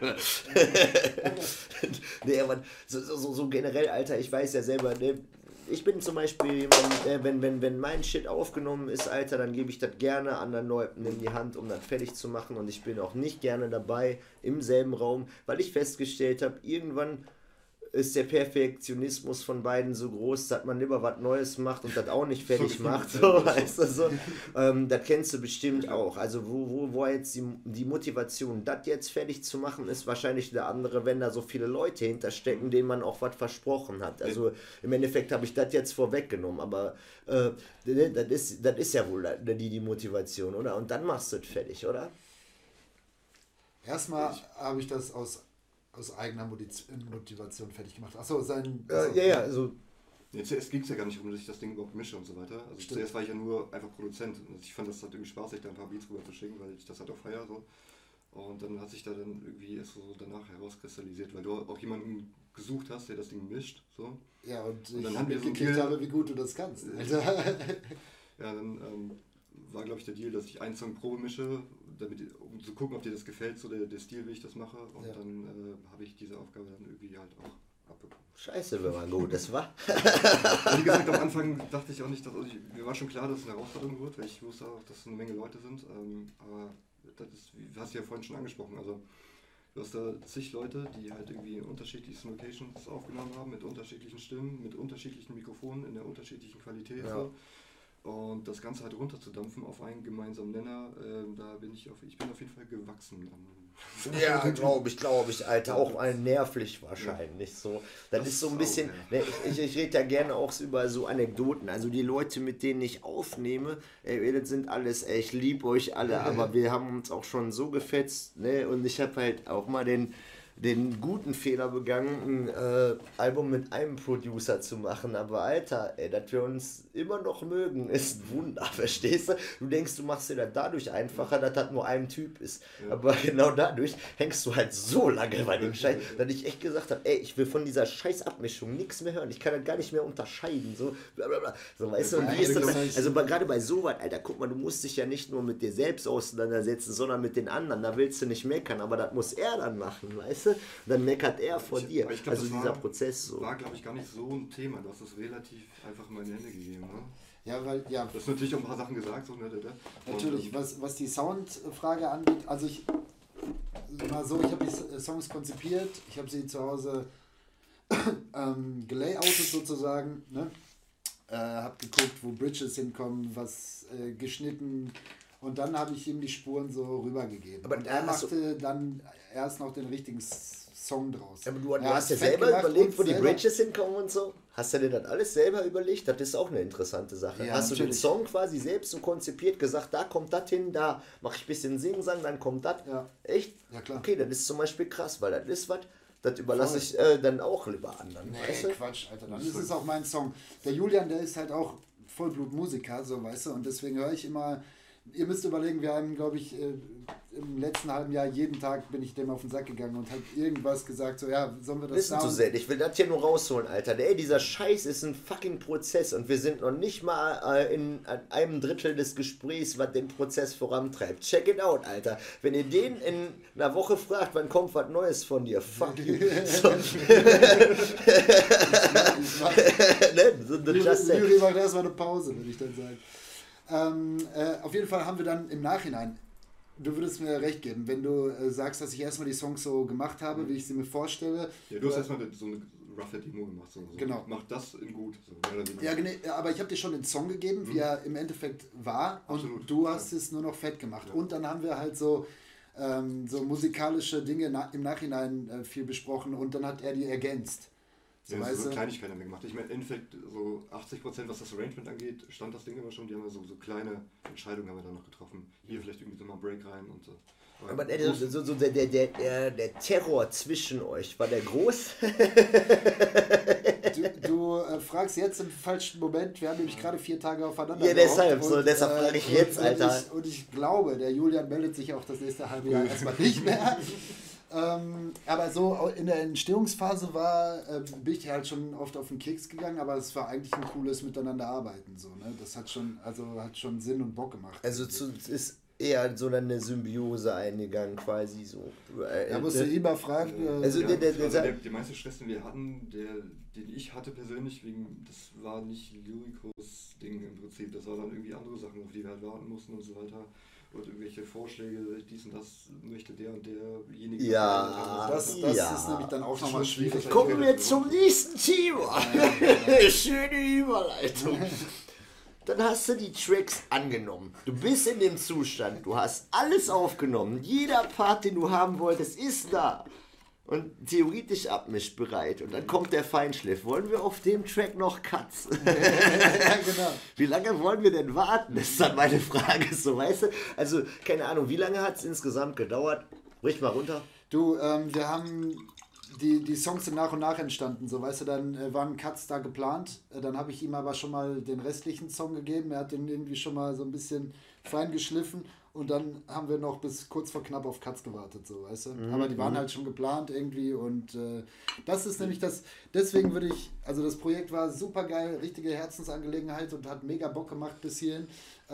Nee, aber so generell, Alter, ich weiß ja selber, ne, ich bin zum Beispiel jemand, wenn mein Shit aufgenommen ist, Alter, dann gebe ich das gerne anderen Leuten in die Hand, um das fertig zu machen und ich bin auch nicht gerne dabei im selben Raum, weil ich festgestellt habe, irgendwann ist der Perfektionismus von beiden so groß, dass man lieber was Neues macht und das auch nicht fertig macht. So, weißt du, so. Das kennst du bestimmt auch. Also wo jetzt die Motivation, das jetzt fertig zu machen, ist wahrscheinlich der andere, wenn da so viele Leute hinterstecken, denen man auch was versprochen hat. Also im Endeffekt habe ich das jetzt vorweggenommen, aber das ist ja wohl die Motivation, oder? Und dann machst du es fertig, oder? Erstmal habe ich das aus eigener Motivation fertig gemacht. Achso, also. Zuerst ging es ja gar nicht um, dass ich das Ding überhaupt mische und so weiter. Also zuerst war ich ja nur einfach Produzent. Und ich fand das halt irgendwie spaßig, da ein paar Beats rüber zu schicken, weil ich das halt auch feier so. Und dann hat sich da dann irgendwie erst so danach herauskristallisiert, weil du auch jemanden gesucht hast, der das Ding mischt. So. Ja, und dann ich haben wir so mitgekriegt habe, wie gut du das kannst. Alter. Ja, dann war, glaube ich, der Deal, dass ich einen Song Probe mische, um zu gucken, ob dir das gefällt, so der Stil, wie ich das mache. Und dann habe ich diese Aufgabe dann irgendwie halt auch abbekommen. Scheiße, wenn man gut ist, wa? Wie gesagt, am Anfang dachte ich auch nicht, mir war schon klar, dass es eine Herausforderung wird, weil ich wusste auch, dass es eine Menge Leute sind. Aber das ist, wie hast du ja vorhin schon angesprochen, also du hast da zig Leute, die halt irgendwie in unterschiedlichsten Locations aufgenommen haben, mit unterschiedlichen Stimmen, mit unterschiedlichen Mikrofonen, in der unterschiedlichen Qualität. Ja. So. Und das Ganze halt runterzudampfen auf einen gemeinsamen Nenner, da bin ich auf jeden Fall gewachsen. Ja, glaube ich, Alter, auch nervlich wahrscheinlich so. Das ist so ein bisschen, ne, ich rede ja gerne auch über so Anekdoten, also die Leute, mit denen ich aufnehme, das sind alles, ich liebe euch alle, aber wir haben uns auch schon so gefetzt, ne, und ich habe halt auch mal den guten Fehler begangen, ein Album mit einem Producer zu machen. Aber Alter, dass wir uns immer noch mögen, ist ein Wunder, verstehst du? Du denkst, du machst dir das dadurch einfacher, dass das nur ein Typ ist. Ja. Aber genau dadurch hängst du halt so lange bei dem Scheiß, dass ich echt gesagt habe, ich will von dieser Scheißabmischung nichts mehr hören. Ich kann das gar nicht mehr unterscheiden. So, blablabla. So, weißt du, und wie ist das? Also gerade bei sowas, Alter, guck mal, du musst dich ja nicht nur mit dir selbst auseinandersetzen, sondern mit den anderen. Da willst du nicht meckern, aber das muss er dann machen, weißt du? Dann meckert er vor dir. Glaub, also dieser Prozess so. War, glaube ich, gar nicht so ein Thema. Du hast es relativ einfach in meine Hände gegeben, ne? Ja, weil, ja. Du hast natürlich auch ein paar Sachen gesagt. So, ne? Natürlich, was die Soundfrage angeht, also ich habe die Songs konzipiert, ich habe sie zu Hause gelayoutet sozusagen, ne? Habe geguckt, wo Bridges hinkommen, was geschnitten. Und dann habe ich ihm die Spuren so rübergegeben. Aber er machte dann erst noch den richtigen Song draus. Aber du hast ja selber überlegt, wo die Bridges hinkommen und so? Hast du dir das alles selber überlegt? Das ist auch eine interessante Sache. Ja, hast natürlich. Du den Song quasi selbst so konzipiert, gesagt, da kommt das hin, da mache ich ein bisschen Singsang, dann kommt das. Ja. Echt? Ja, klar. Okay, das ist zum Beispiel krass, weil das ist was, das überlasse ich dann auch lieber anderen. Nee, weißt du? Quatsch, Alter. Dann ist es auch mein Song. Der Julian, der ist halt auch Vollblutmusiker, so, weißt du, und deswegen höre ich immer. Ihr müsst überlegen, wir haben, glaube ich, im letzten halben Jahr jeden Tag bin ich dem auf den Sack gegangen und habe irgendwas gesagt, so, ja, sollen wir das Listen to that. Ich will das hier nur rausholen, Alter. Dieser Scheiß ist ein fucking Prozess und wir sind noch nicht mal in einem Drittel des Gesprächs, was den Prozess vorantreibt. Check it out, Alter. Wenn ihr den in einer Woche fragt, wann kommt was Neues von dir, fuck you. Juri macht erstmal eine Pause, würde ich dann sagen. Auf jeden Fall haben wir dann im Nachhinein, du würdest mir recht geben, wenn du sagst, dass ich erstmal die Songs so gemacht habe, wie ich sie mir vorstelle. Ja, du hast erstmal so eine roughe Demo gemacht. So. Genau. Mach das in gut. So. Ja, aber ich habe dir schon den Song gegeben, wie er im Endeffekt war. Absolut. Und du hast es nur noch fett gemacht. Ja. Und dann haben wir halt so musikalische Dinge im Nachhinein viel besprochen und dann hat er die ergänzt. So, ja, so Kleinigkeiten haben wir gemacht. Ich meine, im Endeffekt so 80%, was das Arrangement angeht, stand das Ding immer schon. Die haben so kleine Entscheidungen haben wir dann noch getroffen. Hier vielleicht irgendwie so mal einen Break rein und so. Aber der Terror zwischen euch, war der groß? Du fragst jetzt im falschen Moment, wir haben nämlich gerade 4 Tage aufeinander. Ja, deshalb frage ich jetzt, Alter. Und ich glaube, der Julian meldet sich auch das nächste halbe Jahr erstmal nicht mehr. Aber so in der Entstehungsphase bin ich halt schon oft auf den Keks gegangen, aber es war eigentlich ein cooles Miteinander arbeiten. So, ne? Das hat schon Sinn und Bock gemacht. Also eher so eine Symbiose eingegangen, quasi so. Da musst du immer fragen. Also die meiste Stress, den wir hatten, den ich hatte persönlich, das war nicht Lyricos Ding im Prinzip, das war dann irgendwie andere Sachen, auf die wir halt warten mussten und so weiter. Und irgendwelche Vorschläge, dies und das möchte der und derjenige. Ja, das ist nämlich dann auch nochmal schwierig. Kommen wir zum nächsten Thema. Schöne Überleitung. Dann hast du die Tracks angenommen. Du bist in dem Zustand, du hast alles aufgenommen. Jeder Part, den du haben wolltest, ist da. Und theoretisch abmischbereit. Und dann kommt der Feinschliff. Wollen wir auf dem Track noch Cuts? Ja, genau. Wie lange wollen wir denn warten? Das ist dann meine Frage. So, weißt du? Also, keine Ahnung, wie lange hat es insgesamt gedauert? Brich mal runter. Du, wir haben die Songs sind nach und nach entstanden, so weißt du, dann waren Cuts da geplant, dann habe ich ihm aber schon mal den restlichen Song gegeben, er hat den irgendwie schon mal so ein bisschen fein geschliffen und dann haben wir noch bis kurz vor knapp auf Cuts gewartet, so weißt du, aber die waren halt schon geplant irgendwie und das ist nämlich deswegen würde ich, also das Projekt war super geil, richtige Herzensangelegenheit und hat mega Bock gemacht bis hierhin,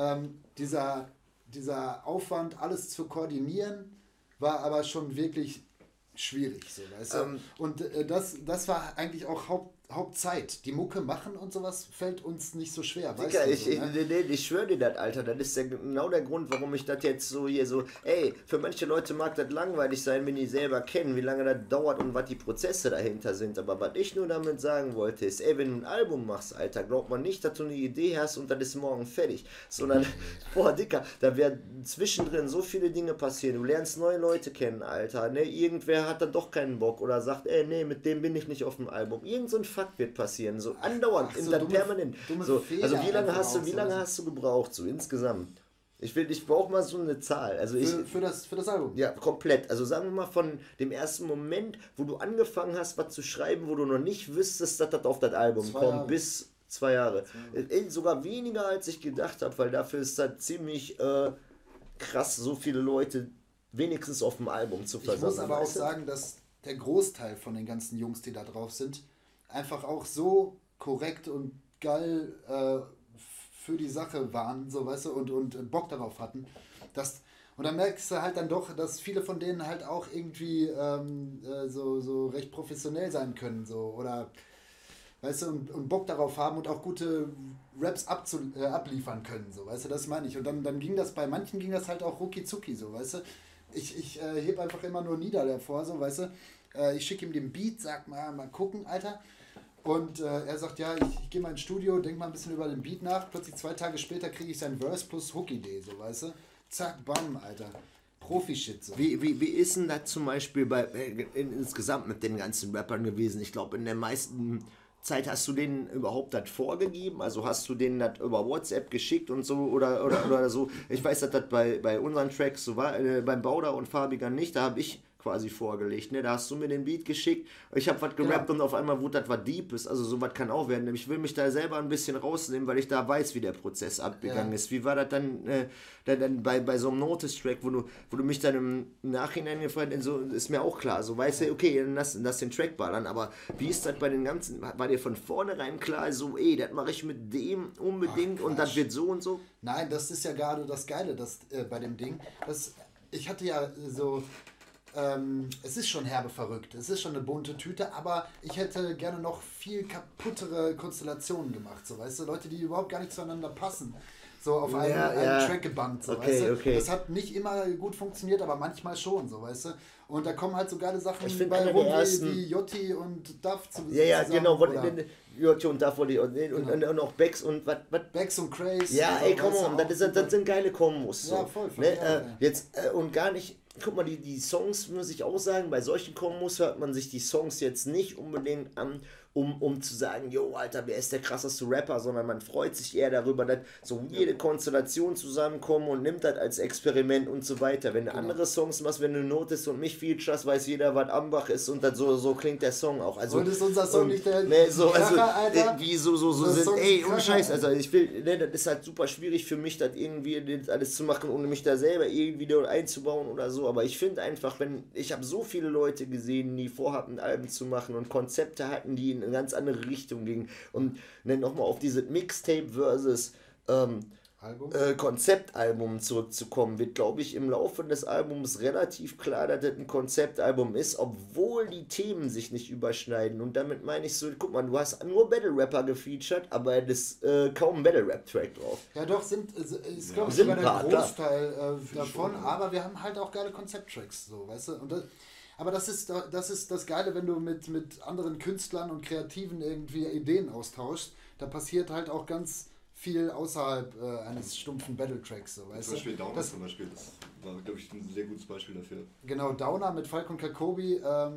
dieser Aufwand, alles zu koordinieren, war aber schon wirklich schwierig, so, weißt du? Und das war eigentlich auch Hauptzeit. Die Mucke machen und sowas fällt uns nicht so schwer, weißt Digga, du? So, ne? ich schwöre dir das, Alter, das ist genau der Grund, warum ich das jetzt so hier so, ey, für manche Leute mag das langweilig sein, wenn die selber kennen, wie lange das dauert und was die Prozesse dahinter sind, aber was ich nur damit sagen wollte ist, ey, wenn du ein Album machst, Alter, glaubt man nicht, dass du eine Idee hast und das ist morgen fertig, sondern, boah, Dicker, da werden zwischendrin so viele Dinge passieren, du lernst neue Leute kennen, Alter, ne, irgendwer hat dann doch keinen Bock oder sagt, ey, nee, mit dem bin ich nicht auf dem Album, irgend so ein Fuck wird passieren, so andauernd, so dann permanent. So, also wie lange einfach hast du gebraucht, so insgesamt? Ich brauche mal so eine Zahl. Also für das Album? Ja, komplett. Also sagen wir mal von dem ersten Moment, wo du angefangen hast, was zu schreiben, wo du noch nicht wüsstest, dass das auf das Album kommt, bis 2 Jahre. Sogar weniger, als ich gedacht habe, weil dafür ist das ziemlich krass, so viele Leute wenigstens auf dem Album zu versammeln. Ich muss aber auch sagen, dass der Großteil von den ganzen Jungs, die da drauf sind, einfach auch so korrekt und geil für die Sache waren, so weißt du, und Bock darauf hatten. Und dann merkst du halt dann doch, dass viele von denen halt auch irgendwie so recht professionell sein können, so, oder weißt du, und Bock darauf haben und auch gute Raps abliefern können, so, weißt du, das meine ich. Und dann ging das, bei manchen ging das halt auch rucki zucki, so, weißt du. Ich heb einfach immer nur Nieder davor, so, weißt du. Ich schicke ihm den Beat, sag mal gucken, Alter. Und er sagt, ja, ich gehe mal ins Studio, denk mal ein bisschen über den Beat nach. Plötzlich 2 Tage später kriege ich sein Verse plus Hook-Idee, so, weißt du. Zack, bam, Alter. Profi-Shit, so. Wie ist denn das zum Beispiel insgesamt mit den ganzen Rappern gewesen? Ich glaube, in der meisten Zeit hast du denen überhaupt das vorgegeben? Also hast du denen das über WhatsApp geschickt und so oder so? Ich weiß, dass das bei unseren Tracks so war, beim Bauder und Fabiger nicht, da habe ich quasi vorgelegt, ne? Da hast du mir den Beat geschickt, ich habe was gerappt und auf einmal wurde das was Deepes, also sowas kann auch werden. Ich will mich da selber ein bisschen rausnehmen, weil ich da weiß, wie der Prozess abgegangen ist. Wie war das dann, dann bei so einem Notice-Track, wo du mich dann im Nachhinein gefragt hast, so ist mir auch klar, so weißt du, okay, dann lass den Track ballern, aber wie ist das bei den ganzen, war dir von vornherein klar, so das mache ich mit dem unbedingt und das wird so und so? Nein, das ist ja gerade das Geile bei dem Ding, ich hatte ja so es ist schon herbe verrückt, es ist schon eine bunte Tüte, aber ich hätte gerne noch viel kaputtere Konstellationen gemacht, so, weißt du, Leute, die überhaupt gar nicht zueinander passen, so auf einen Track gebannt, so, weißt du, das hat nicht immer gut funktioniert, aber manchmal schon, so, weißt du, und da kommen halt so geile Sachen bei rum, wie Jotti und Duff zusammen. Ja, genau, Jotti und Duff und auch Becks und was? Becks und Craze. Ja, ey, komm on, das sind geile Kombos. So. Ja, voll. Ne? Jetzt, und gar nicht, guck mal, die Songs, muss ich auch sagen, bei solchen Kombos hört man sich die Songs jetzt nicht unbedingt an, um zu sagen, jo, Alter, wer ist der krasseste Rapper, sondern man freut sich eher darüber, dass so jede Konstellation zusammenkommen und nimmt das als Experiment und so weiter. Wenn du andere Songs machst, wenn du Notest und mich features, weiß jeder, was Ambach ist und das so klingt der Song auch. Also, und ist unser Song nicht der Alter? Wie so sind, ey, ohne Scheiß, also ich will, ne, das ist halt super schwierig für mich, das irgendwie alles zu machen, ohne mich da selber irgendwie einzubauen oder so, aber ich finde einfach, ich habe so viele Leute gesehen, die vorhatten, Alben zu machen und Konzepte hatten, die in eine ganz andere Richtung gingen und nochmal auf diese Mixtape versus Konzeptalbum zurückzukommen, wird, glaube ich, im Laufe des Albums relativ klar, dass das ein Konzeptalbum ist, obwohl die Themen sich nicht überschneiden. Und damit meine ich so, guck mal, du hast nur Battle-Rapper gefeatured, aber es ist kaum ein Battle-Rap-Track drauf. Ja doch, ist glaube ich sind sogar der ein paar, Großteil davon, aber wir haben halt auch geile Konzepttracks, so, weißt du? Aber das ist das Geile, wenn du mit anderen Künstlern und Kreativen irgendwie Ideen austauschst, da passiert halt auch ganz viel außerhalb eines stumpfen Battle-Tracks, so, weißt zum Beispiel du? Downer Das, zum Beispiel, das war, glaube ich, ein sehr gutes Beispiel dafür. genau, Downer mit Falcon Kakobi, ja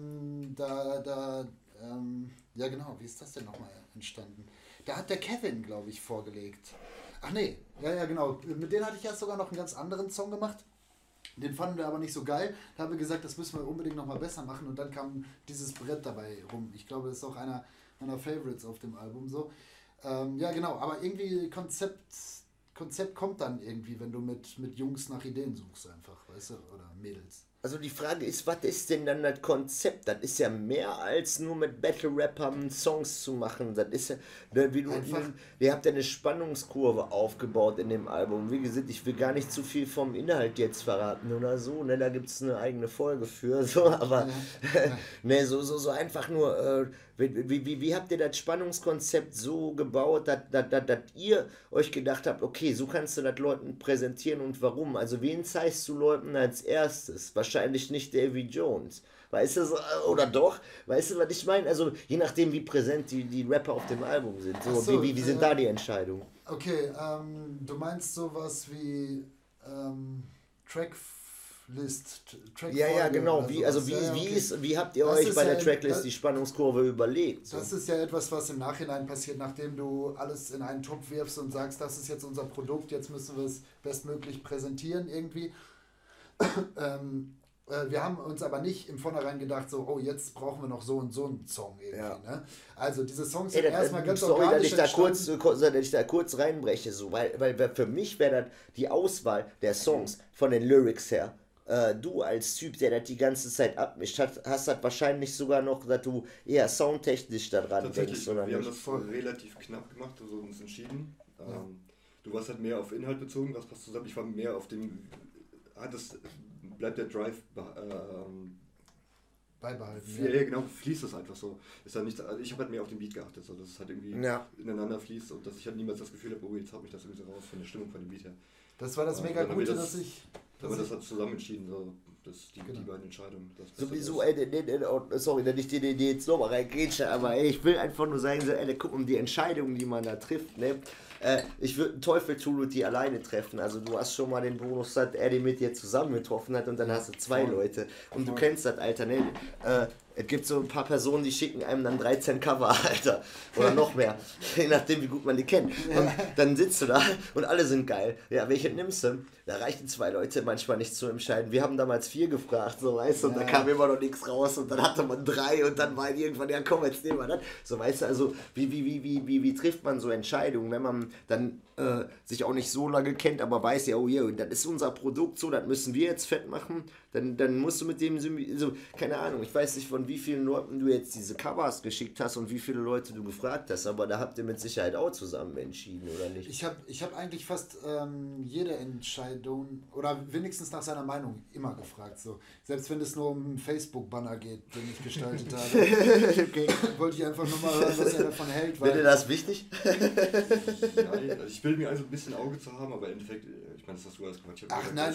genau, wie ist das denn nochmal entstanden? Da hat der Kevin, glaube ich, vorgelegt. Ach nee, ja genau, mit denen hatte ich erst sogar noch einen ganz anderen Song gemacht. Den fanden wir aber nicht so geil. Da haben wir gesagt, das müssen wir unbedingt nochmal besser machen und dann kam dieses Brett dabei rum. Ich glaube, das ist auch einer meiner Favorites auf dem Album so. Ja, genau, aber irgendwie Konzept kommt dann irgendwie, wenn du mit Jungs nach Ideen suchst einfach, weißt du, oder Mädels. Also die Frage ist, was ist denn dann das Konzept? Das ist ja mehr als nur mit Battle-Rappern Songs zu machen. Das ist ja, wie du, ihr habt ja eine Spannungskurve aufgebaut in dem Album. Wie gesagt, ich will gar nicht zu viel vom Inhalt jetzt verraten oder so. Ne, da gibt es eine eigene Folge für. So, aber ne, so einfach nur, wie habt ihr das Spannungskonzept so gebaut, dass ihr euch gedacht habt, okay, so kannst du das Leuten präsentieren und warum? Also wen zeigst du Leuten als erstes? Wahrscheinlich nicht Davy Jones. Weißt du, so, oder doch? Weißt du, was ich meine? Also je nachdem, wie präsent die Rapper auf dem Album sind. So, wie sind da die Entscheidungen? Okay, du meinst sowas wie Ja, genau. Wie habt ihr euch bei der Tracklist die Spannungskurve überlegt? So? Das ist ja etwas, was im Nachhinein passiert, nachdem du alles in einen Topf wirfst und sagst, das ist jetzt unser Produkt, jetzt müssen wir es bestmöglich präsentieren irgendwie. Wir haben uns aber nicht im Vornherein gedacht, so, oh, jetzt brauchen wir noch so und so einen Song irgendwie. Ja. Ne? Also diese Songs sind erstmal ganz organisch dass ich da kurz reinbreche, so, weil für mich wäre das die Auswahl der Songs von den Lyrics her. Du als Typ, der das die ganze Zeit abmischt, hast das wahrscheinlich sogar noch, dass du eher soundtechnisch da dran denkst, oder wir nicht? haben das voll relativ knapp gemacht, also uns entschieden. Ja. Du warst halt mehr auf Inhalt bezogen, was passt zusammen. Ich war mehr auf dem... bleibt der Drive beibehalten. Ja, genau, fließt das einfach so. Ist halt nicht, ich habe halt mehr auf den Beat geachtet, so, dass es halt irgendwie ineinander fließt und dass ich halt niemals das Gefühl habe, oh, jetzt haut mich das irgendwie so raus von der Stimmung von dem Beat her. Das war das mega Gute, dass ich... Aber das hat zusammen entschieden, so, die beiden Entscheidungen. Sowieso, sorry, dass ich dir jetzt nochmal reingrätsche, aber ich will einfach nur sagen, so, guck um die Entscheidungen, die man da trifft, ne? Ich würde einen Teufel tun und die alleine treffen. Also du hast schon mal den Bonus, dass er die mit dir zusammen getroffen hat und dann hast du zwei Leute. Und du kennst das, Alter, ne? Es gibt so ein paar Personen, die schicken einem dann 13 Cover, Alter. Oder noch mehr. Je nachdem, wie gut man die kennt. Und dann sitzt du da und alle sind geil. Ja, welche nimmst du? Da reichen 2 Leute manchmal nicht zu entscheiden. Wir haben damals 4 gefragt, so weißt du, und da kam immer noch nichts raus und dann hatte man 3 und dann war irgendwann, ja komm, jetzt nehmen wir das. So weißt du, also wie trifft man so Entscheidungen, wenn man dann sich auch nicht so lange kennt, aber weiß ja, oh je, das ist unser Produkt, so, das müssen wir jetzt fett machen, dann musst du mit dem, so, keine Ahnung, ich weiß nicht, von wie vielen Leuten du jetzt diese Covers geschickt hast und wie viele Leute du gefragt hast, aber da habt ihr mit Sicherheit auch zusammen entschieden, oder nicht? Ich hab eigentlich fast jede Entscheidung, oder wenigstens nach seiner Meinung immer gefragt, so. Selbst wenn es nur um einen Facebook-Banner geht, den ich gestaltet habe. Okay. Wollte ich einfach nur mal hören, was er davon hält. Wäre dir das wichtig? Ja, also ich bilde mir also ein bisschen Auge zu haben, aber im Endeffekt, ich meine, das hast du alles gemacht. Ach nein,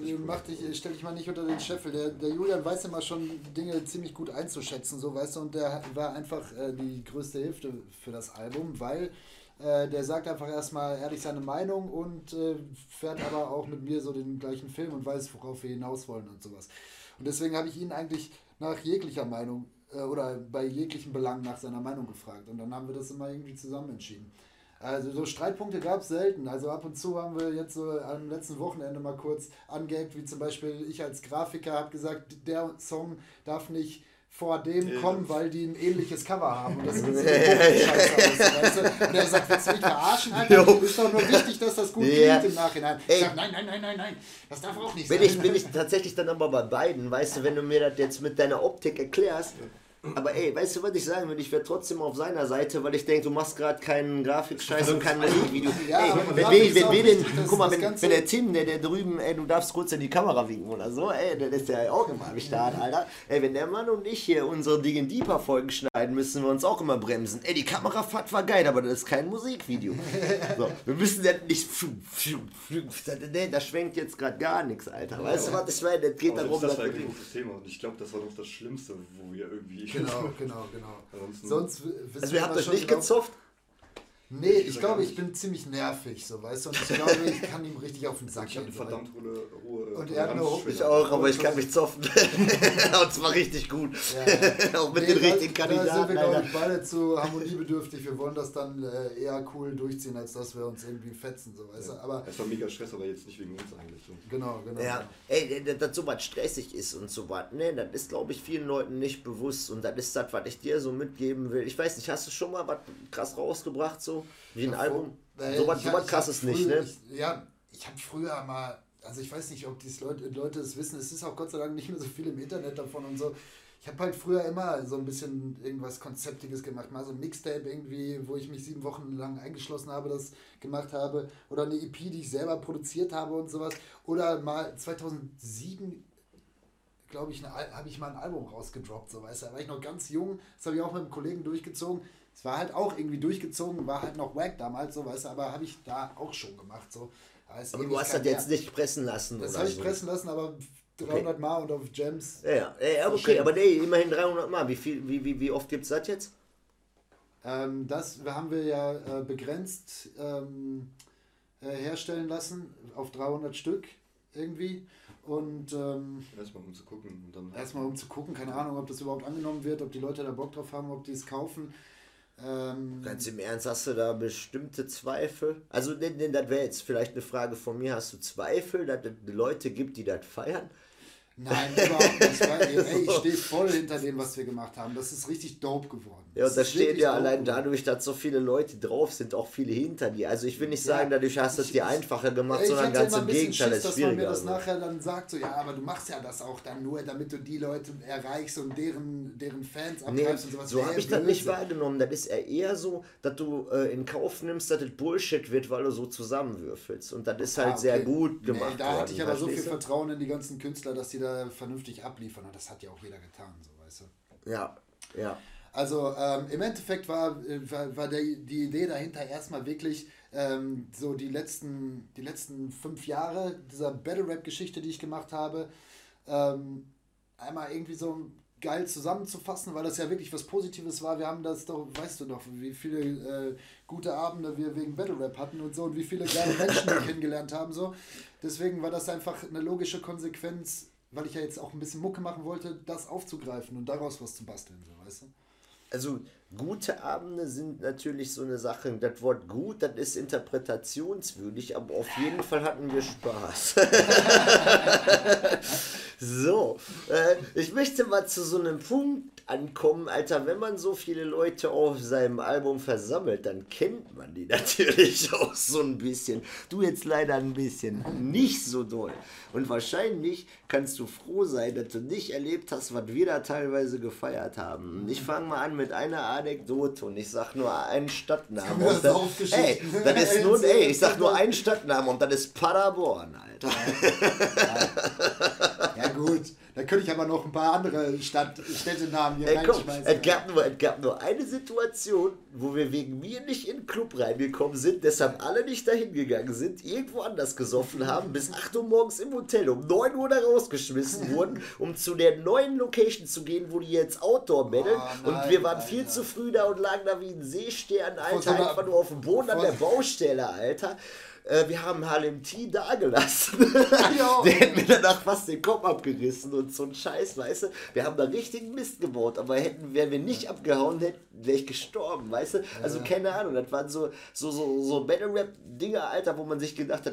stell dich mal nicht unter den Scheffel. Der Julian weiß immer schon Dinge ziemlich gut einzuschätzen, so, weißt du, und der war einfach die größte Hilfe für das Album, weil der sagt einfach erstmal ehrlich seine Meinung und fährt aber auch mit mir so den gleichen Film und weiß, worauf wir hinaus wollen und sowas. Und deswegen habe ich ihn eigentlich nach jeglicher Meinung oder bei jeglichen Belangen nach seiner Meinung gefragt und dann haben wir das immer irgendwie zusammen entschieden. Also so Streitpunkte gab es selten. Also ab und zu haben wir jetzt so am letzten Wochenende mal kurz angeeckt, wie zum Beispiel ich als Grafiker habe gesagt, der Song darf nicht vor dem kommen, weil die ein ähnliches Cover haben. Und das sieht so scheiße aus, weißt du? Und er sagt, willst du mich verarschen? Alter? Ist doch nur wichtig, dass das gut klingt im Nachhinein. Ich sage, nein, das darf auch nicht sein. Bin ich tatsächlich dann aber bei beiden, weißt du, wenn du mir das jetzt mit deiner Optik erklärst, Aber ey, weißt du, was ich sagen würde? Ich wäre trotzdem auf seiner Seite, weil ich denke, du machst gerade keinen Grafikscheiß und kein Musikvideo. Ja, ey, aber wenn wir den, wichtig, guck mal, das wenn Ganze- der Tim, der drüben, ey, du darfst kurz in die Kamera winken oder so, ey, der ist ja auch immer am Start, Alter. Ey, wenn der Mann und ich hier unsere Dig in Deeper Folgen schneiden, müssen wir uns auch immer bremsen. Ey, die Kamerafahrt war geil, aber das ist kein Musikvideo. So, wir müssen ja nicht, da schwenkt jetzt gerade gar nichts, Alter. Weißt du, was ich meine? Das geht Aber darum, das dass war ein wir... großes Thema und ich glaube, das war noch das Schlimmste, wo wir irgendwie... Genau. Ansonsten- Sonst wissen Also wir ihr habt aber euch schon nicht genau- gezofft? Nee, ich glaube, ich bin ziemlich nervig, so, weißt du, und ich glaube, ich kann ihm richtig auf den Sack Ich habe eine gehen. verdammt Ruhe. Und er hat eine Toleranzschwelle. Ich auch, aber ich kann mich zoffen. Und zwar richtig gut. Auch mit den richtigen Da sind Kandidaten. wir, glaube Alter. ich, beide zu harmoniebedürftig. Wir wollen das dann eher cool durchziehen, als dass wir uns irgendwie fetzen, so, weißt du. Aber Es war mega Stress, aber jetzt nicht wegen uns eigentlich. So. genau. Ja, ey, dass sowas stressig ist und so was, ne, das ist, glaube ich, vielen Leuten nicht bewusst und das ist das, was ich dir so mitgeben will. Ich weiß nicht, hast du schon mal was krass rausgebracht, so wie ein Album? So was krasses nicht, ne? Ich habe früher mal, also ich weiß nicht, ob die Leute es wissen, es ist auch Gott sei Dank nicht mehr so viel im Internet davon und so. Ich habe halt früher immer so ein bisschen irgendwas Konzeptiges gemacht, mal so ein Mixtape irgendwie, wo ich mich 7 Wochen lang eingeschlossen habe, das gemacht habe, oder eine EP, die ich selber produziert habe und sowas, oder mal 2007, glaube ich, habe ich mal ein Album rausgedroppt, so, weißt du, da war ich noch ganz jung, das habe ich auch mit einem Kollegen durchgezogen. Es war halt auch irgendwie durchgezogen, war halt noch wack damals, so, weißt du, aber habe ich da auch schon gemacht, so. Aber du hast das jetzt nicht pressen lassen, Das oder habe ich so. pressen lassen, aber 300 Mal und auf Gems. Ja, okay, aber nee, immerhin 300 Mal. Wie oft gibt's das jetzt? Das haben wir ja begrenzt herstellen lassen auf 300 Stück irgendwie. Und Erstmal um zu gucken. Und dann erstmal um zu gucken, keine Ahnung, ob das überhaupt angenommen wird, ob die Leute da Bock drauf haben, ob die es kaufen. Ganz im Ernst, hast du da bestimmte Zweifel? Also, das wäre jetzt vielleicht eine Frage von mir. Hast du Zweifel, dass es Leute gibt, die das feiern? Nein, überhaupt nicht. Ey, ich stehe voll hinter dem, was wir gemacht haben. Das ist richtig dope geworden. Ja, und da ist stehen wirklich ja dope allein geworden. dadurch, dass so viele Leute drauf sind, auch viele hinter dir. Also ich will nicht sagen, dadurch hast du es dir einfacher gemacht, sondern hatte ganz immer im ein bisschen Gegenteil, Schiss, es ist dass man mir schwieriger. das Also. nachher dann sagt, so, ja, aber du machst ja das auch dann nur, damit du die Leute erreichst und deren Fans Nee, abtreibst und sowas. so habe ich das nicht Blödsinn. wahrgenommen. Das ist eher so, dass du in Kauf nimmst, dass das Bullshit wird, weil du so zusammenwürfelst. Und das ist halt sehr okay. gut gemacht Da hatte ich aber so viel verstehst du? Vertrauen in die ganzen Künstler, dass die da vernünftig abliefern. Und das hat ja auch jeder getan, so, weißt du. Ja. Also im Endeffekt war die Idee dahinter erstmal wirklich so die letzten 5 Jahre dieser Battle-Rap-Geschichte, die ich gemacht habe, einmal irgendwie so geil zusammenzufassen, weil das ja wirklich was Positives war. Wir haben das doch, weißt du noch, wie viele gute Abende wir wegen Battle-Rap hatten und so und wie viele geile Menschen wir kennengelernt haben. So. Deswegen war das einfach eine logische Konsequenz, weil ich ja jetzt auch ein bisschen Mucke machen wollte, das aufzugreifen und daraus was zu basteln, so, weißt du? Also gute Abende sind natürlich so eine Sache. Das Wort gut, das ist interpretationswürdig, aber auf jeden Fall hatten wir Spaß. So, ich möchte mal zu so einem Punkt ankommen, Alter, wenn man so viele Leute auf seinem Album versammelt, dann kennt man die natürlich auch so ein bisschen. Du jetzt leider ein bisschen nicht so doll. Und wahrscheinlich kannst du froh sein, dass du nicht erlebt hast, was wir da teilweise gefeiert haben. Ich fange mal an mit einer Anekdote und ich sag nur einen Stadtnamen. Und das ist nur, ich sag nur einen Stadtnamen und das ist Paderborn, Alter. Ja gut, da könnte ich aber noch ein paar andere Städtenamen hier Ey, komm, reinschmeißen. es gab nur eine Situation, wo wir wegen mir nicht in den Club reingekommen sind, deshalb alle nicht dahin gegangen sind, irgendwo anders gesoffen haben, bis 8 Uhr morgens im Hotel, um 9 Uhr da rausgeschmissen wurden, um zu der neuen Location zu gehen, wo die jetzt Outdoor battlen. nein, Und wir waren Alter. viel zu früh da und lagen da wie ein Seestern, Alter, so einer- einfach nur auf dem Boden an der Baustelle, Alter. Wir haben Harlem T da gelassen. Ja. Der hätte mir danach fast den Kopf abgerissen und so ein Scheiß, weißt du. Wir haben da richtigen Mist gebaut, aber wären wir nicht abgehauen, wäre ich gestorben, weißt du. Also keine Ahnung, das waren so Battle-Rap-Dinger, Alter, wo man sich gedacht hat,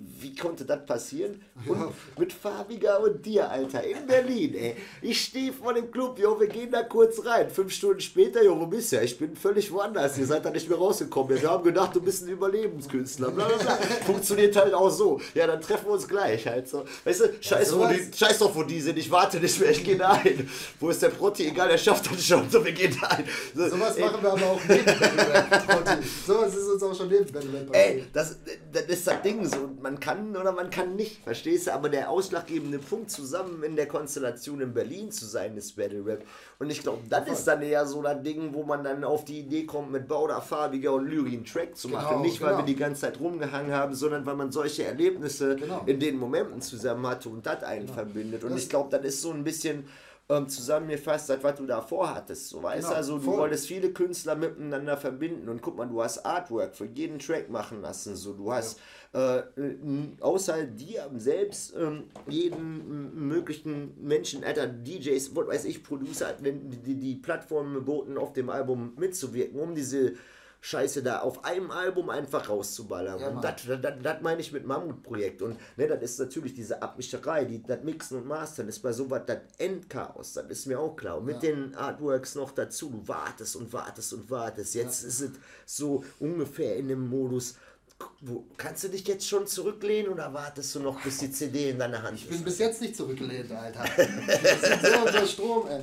wie konnte das passieren? Und mit Fabiger und dir, Alter, in Berlin, ey. Ich stehe vor dem Club, jo, wir gehen da kurz rein. 5 Stunden später, jo, wo bist du? Ja, ich bin völlig woanders. Ihr seid da nicht mehr rausgekommen. Wir haben gedacht, du bist ein Überlebenskünstler. Bla, bla, bla. Funktioniert halt auch so. Ja, dann treffen wir uns gleich halt so. Weißt du, scheiß doch, wo die sind. Ich warte nicht mehr, ich gehe da ein. Wo ist der Protti? Egal, der schafft das schon. So, wir gehen da ein. Sowas machen wir aber auch neben Battle Rap. Sowas ist uns auch schon neben Battle Rap. Ey, das ist das Ding so. Man kann oder man kann nicht, verstehst du? Aber der ausschlaggebende Punkt, zusammen in der Konstellation in Berlin zu sein, ist Battle Rap. Und ich glaube, das ist dann eher so das Ding, wo man dann auf die Idee kommt, mit Bauder, Farbiger und Lyri einen Track zu machen. Nicht, weil wir die ganze Zeit rumgehangen haben, sondern weil man solche Erlebnisse in den Momenten zusammen hatte und das einen verbindet. Und ich glaube, das ist so ein bisschen zusammengefasst, was du davor hattest. So, weißt du, also du wolltest viele Künstler miteinander verbinden und guck mal, du hast Artwork für jeden Track machen lassen. So, du hast außer dir selbst jeden möglichen Menschen, Alter, DJs, was weiß ich, Producer, die Plattformen boten, auf dem Album mitzuwirken, um diese Scheiße da auf einem Album einfach rauszuballern. Ja, und das meine ich mit Mammutprojekt. Und ne, das ist natürlich diese Abmischerei, das Mixen und Mastern ist bei sowas das Endchaos, das ist mir auch klar. Und mit den Artworks noch dazu, du wartest und wartest und wartest. Jetzt ist es so ungefähr in dem Modus, kannst du dich jetzt schon zurücklehnen oder wartest du noch, bis die CD in deiner Hand ist? Ich bin bis jetzt nicht zurückgelehnt, Alter. Das ist so unter Strom, ey.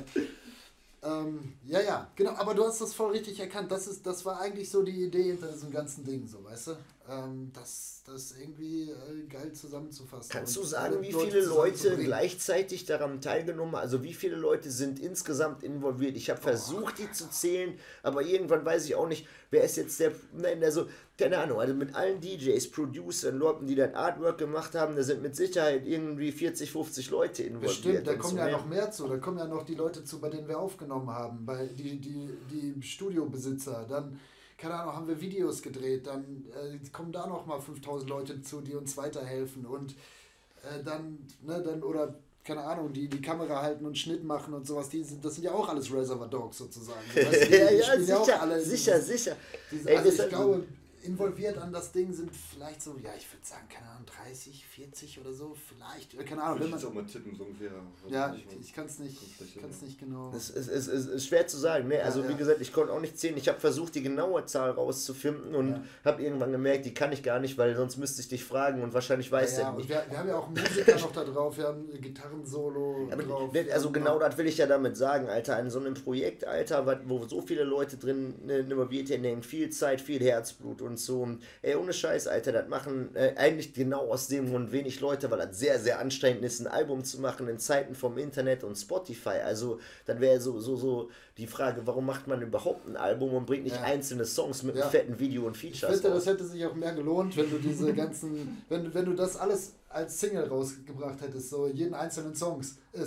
Ja, genau, aber du hast das voll richtig erkannt. Das war eigentlich so die Idee hinter diesem ganzen Ding, so, weißt du? Das irgendwie geil zusammenzufassen. Kannst du sagen, wie viele Leute gleichzeitig daran teilgenommen haben? Also wie viele Leute sind insgesamt involviert? Ich habe versucht, die zu zählen, aber irgendwann weiß ich auch nicht, wer ist jetzt keine Ahnung, also mit allen DJs, Producern, Leuten, die das Artwork gemacht haben, da sind mit Sicherheit irgendwie 40, 50 Leute involviert. Bestimmt, da kommen ja noch mehr zu, da kommen ja noch die Leute zu, bei denen wir aufgenommen haben, bei die Studiobesitzer, dann, keine Ahnung, haben wir Videos gedreht, dann kommen da noch mal 5000 Leute zu, die uns weiterhelfen und dann, oder keine Ahnung, die Kamera halten und Schnitt machen und sowas, das sind ja auch alles Reservoir Dogs sozusagen. Weißt du, sicher. Ich glaube, involviert an das Ding sind vielleicht so, ja, ich würde sagen, keine Ahnung, 30, 40 oder so, vielleicht, keine Ahnung. Würde ich jetzt auch mal tippen, so ungefähr. Ja, ich kann es nicht genau. Es ist schwer zu sagen, ne? Also wie gesagt, ich konnte auch nicht zählen, ich habe versucht, die genaue Zahl rauszufinden und habe irgendwann gemerkt, die kann ich gar nicht, weil sonst müsste ich dich fragen und wahrscheinlich weiß er nicht. Wir haben ja auch Musiker noch da drauf, wir haben Gitarrensolo drauf. Also genau das will ich ja damit sagen, Alter, in so einem Projekt, Alter, wo so viele Leute drin involviert sind, viel Zeit, viel Herzblut und so. Und, ey, ohne Scheiß, Alter, das machen eigentlich genau aus dem Grund wenig Leute, weil das sehr, sehr anstrengend ist, ein Album zu machen in Zeiten vom Internet und Spotify. Also, dann wäre so die Frage, warum macht man überhaupt ein Album und bringt nicht einzelne Songs mit einem fetten Video und Features Ich finde, das hätte sich auch mehr gelohnt, wenn du diese ganzen, wenn du das alles als Single rausgebracht hättest, so jeden einzelnen Song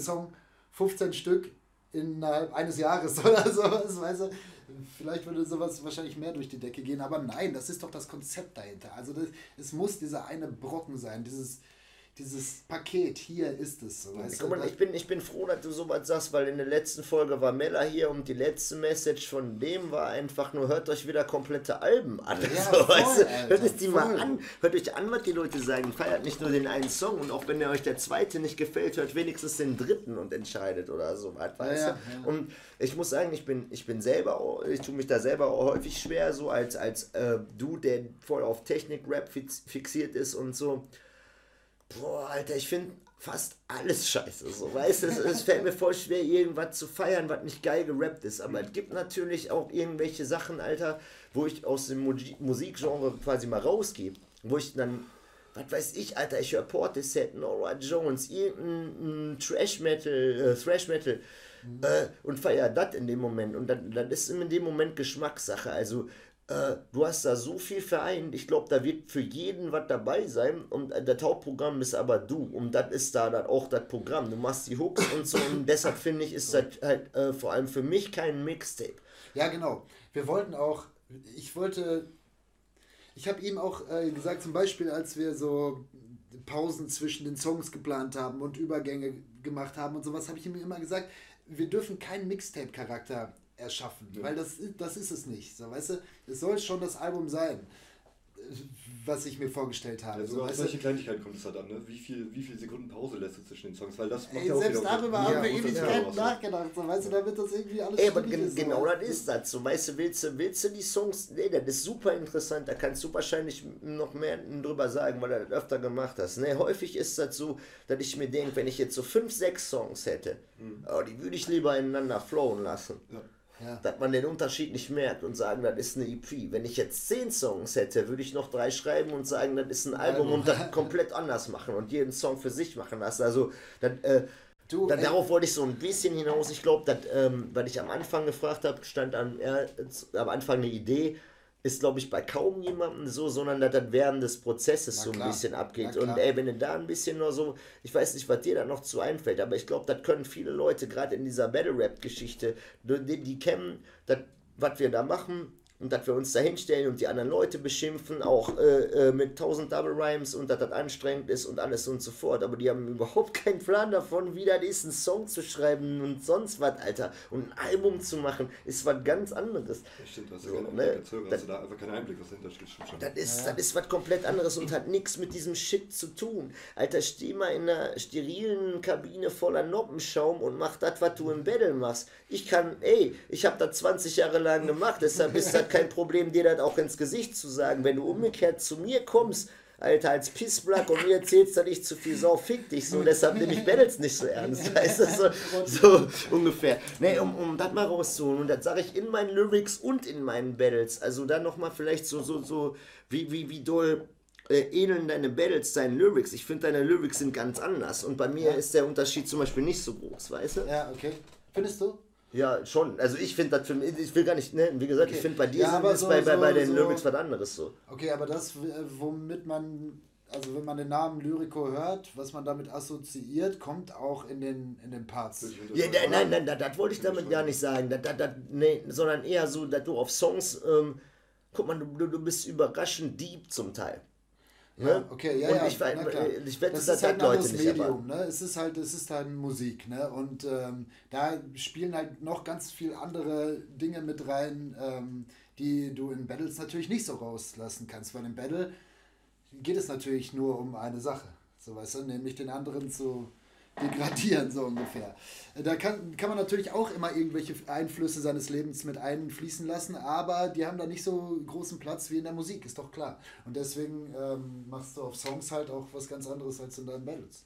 15 Stück innerhalb eines Jahres oder sowas, weißt du. Vielleicht würde sowas wahrscheinlich mehr durch die Decke gehen, aber nein, das ist doch das Konzept dahinter. Also es muss dieser eine Brocken sein, dieses Paket, hier ist es. So, weißt Guck mal, ich bin froh, dass du sowas sagst, weil in der letzten Folge war Mella hier und die letzte Message von dem war einfach nur, hört euch wieder komplette Alben an. Ja, so, voll, weißt du? Alter, Hört es die voll. mal an, hört euch an, was die Leute sagen, feiert nicht nur den einen Song und auch wenn euch der zweite nicht gefällt, hört wenigstens den dritten und entscheidet oder so, weißt du? Ja. Und ich muss sagen, ich bin selber, ich tue mich da selber auch häufig schwer, so als du, der voll auf Technik-Rap fixiert ist und so. Boah, Alter, ich finde fast alles scheiße, so, weißt du, es fällt mir voll schwer, irgendwas zu feiern, was nicht geil gerappt ist, aber es gibt natürlich auch irgendwelche Sachen, Alter, wo ich aus dem Musikgenre quasi mal rausgehe, wo ich dann, was weiß ich, Alter, ich höre Portishead, Nora Jones, irgendein Thrash Metal, und feier das in dem Moment und dann ist in dem Moment Geschmackssache, also du hast da so viel vereint, ich glaube, da wird für jeden was dabei sein und das Hauptprogramm ist aber du und das ist da auch das Programm, du machst die Hooks und so und deshalb finde ich, ist das halt vor allem für mich kein Mixtape. Ja, genau. Wir wollten auch, ich habe ihm auch gesagt, zum Beispiel, als wir so Pausen zwischen den Songs geplant haben und Übergänge gemacht haben und sowas, habe ich ihm immer gesagt, wir dürfen keinen Mixtape-Charakter erschaffen, weil das ist es nicht, so, weißt du, es soll schon das Album sein. was ich mir vorgestellt habe. Ja, So, so auf weißt du? solche Kleinigkeiten kommt es halt an, ne? Wie viel Sekunden Pause lässt du zwischen den Songs? Weil das macht Ey, ja auch selbst wieder darüber ja, haben wir muss das Ewigkeiten auch nachgedacht, so, weißt du, damit das irgendwie alles Ey, aber stimmig ist. genau so. das ist das. So, weißt du, willst du die Songs, nee, das ist super interessant, da kannst du wahrscheinlich noch mehr drüber sagen, weil du das öfter gemacht hast. Ne, häufig ist das so, dass ich mir denke, wenn ich jetzt so 5, 6 Songs hätte, oh, die würde ich lieber ineinander flowen lassen. Ja. Ja. Dass man den Unterschied nicht merkt und sagen, das ist eine EP. Wenn ich jetzt 10 Songs hätte, würde ich noch 3 schreiben und sagen, das ist ein Album und das komplett anders machen und jeden Song für sich machen lassen. Also, darauf wollte ich so ein bisschen hinaus. Ich glaube, weil ich am Anfang gefragt habe, stand am Anfang eine Idee, ist, glaube ich, bei kaum jemandem so, sondern dass das während des Prozesses Na so ein klar. bisschen abgeht. Na klar. Und ey, wenn du da ein bisschen nur so, ich weiß nicht, was dir da noch zu einfällt, aber ich glaube, das können viele Leute, gerade in dieser Battle-Rap-Geschichte, die kennen, was wir da machen und dass wir uns da hinstellen und die anderen Leute beschimpfen, auch mit 1000 Double Rhymes und dass das anstrengend ist und alles und so fort. Aber die haben überhaupt keinen Plan davon, wie das ist, einen Song zu schreiben und sonst was, Alter. Und ein Album zu machen, ist was ganz anderes. Das stimmt, das ist So, kein ne? Einblick als Hörer, hast du da einfach keinen Einblick, was dahinter steht. Stimmt schon. Das ist was komplett anderes und hat nichts mit diesem Shit zu tun. Alter, steh mal in einer sterilen Kabine voller Noppenschaum und mach das, was du im Battle machst. Ich habe das 20 Jahre lang gemacht, deshalb ist das kein Problem, dir das auch ins Gesicht zu sagen. Wenn du umgekehrt zu mir kommst, Alter, als Pissblack und mir erzählst, dass ich zu viel sau, fick dich so, deshalb nehme ich Battles nicht so ernst, weißt du, so ungefähr. Nee, um das mal rauszuholen und das sage ich in meinen Lyrics und in meinen Battles, also dann nochmal vielleicht so, wie doll ähneln deine Battles deinen Lyrics. Ich finde, deine Lyrics sind ganz anders und bei mir ist der Unterschied zum Beispiel nicht so groß, weißt du? Ja, okay. Findest du? Ja, schon. Also ich finde das für mich, ich will gar nicht, ne, wie gesagt, Okay. ich finde bei dir Ja, aber ist so- bei so- den so- Lyrics was anderes so. Okay, aber das, womit man, also wenn man den Namen Lyrico hört, was man damit assoziiert, kommt auch in den Parts. Ja, nein, das wollte ich damit gar nicht sagen. Nee, sondern eher so, dass du auf Songs, guck mal, du bist überraschend deep zum Teil. Ja, Ne? okay, ja, Und ja, ich na klar. wette, Das das ist halt hat ein Leute anderes nicht erwarten. Medium, ne? Es ist halt Musik, ne? Und da spielen halt noch ganz viel andere Dinge mit rein, die du in Battles natürlich nicht so rauslassen kannst, weil im Battle geht es natürlich nur um eine Sache, so weißt du, nämlich den anderen zu degradieren, so ungefähr. Da kann man natürlich auch immer irgendwelche Einflüsse seines Lebens mit einfließen lassen, aber die haben da nicht so großen Platz wie in der Musik, ist doch klar. Und deswegen machst du auf Songs halt auch was ganz anderes als in deinen Battles.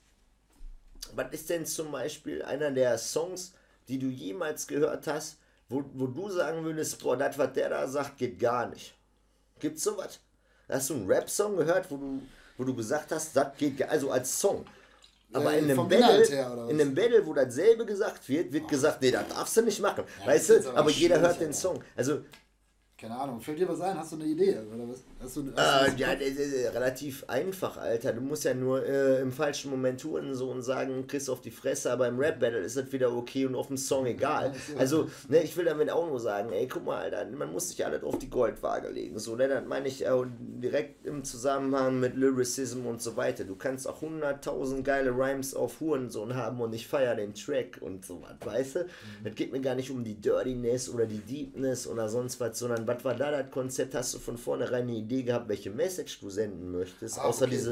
Was ist denn zum Beispiel einer der Songs, die du jemals gehört hast, wo du sagen würdest, boah, das, was der da sagt, geht gar nicht? Gibt's sowas? Hast du einen Rap-Song gehört, wo du gesagt hast, das geht gar, also als Song? Aber in einem vom Inhalt Battle, her, oder was? in einem Battle, wo dasselbe gesagt wird gesagt, nee, das darfst du nicht machen. Ja, Weißt das ist du? aber Aber jeder schwierig, hört den Alter. Song. Also, Keine Ahnung, fällt dir was ein? Hast du eine Idee, oder was? Hast du ja, was- das ist relativ einfach, Alter. Du musst ja nur im falschen Moment touren so und sagen, kriegst auf die Fresse, aber im Rap-Battle ist das wieder okay und auf dem Song egal. Also, ne, ich will damit auch nur sagen, ey, guck mal, Alter, man muss sich alles auf die Goldwaage legen. So, ne, das meine ich auch direkt im Zusammenhang mit Lyricism und so weiter. Du kannst auch 100.000 geile Rhymes auf Hurensohn haben und ich feiere den Track und so was, weißt du? Es geht mir gar nicht um die Dirtiness oder die Deepness oder sonst was, sondern was war da das Konzept? Hast du von vornherein eine Idee gehabt, welche Message du senden möchtest? Außer okay.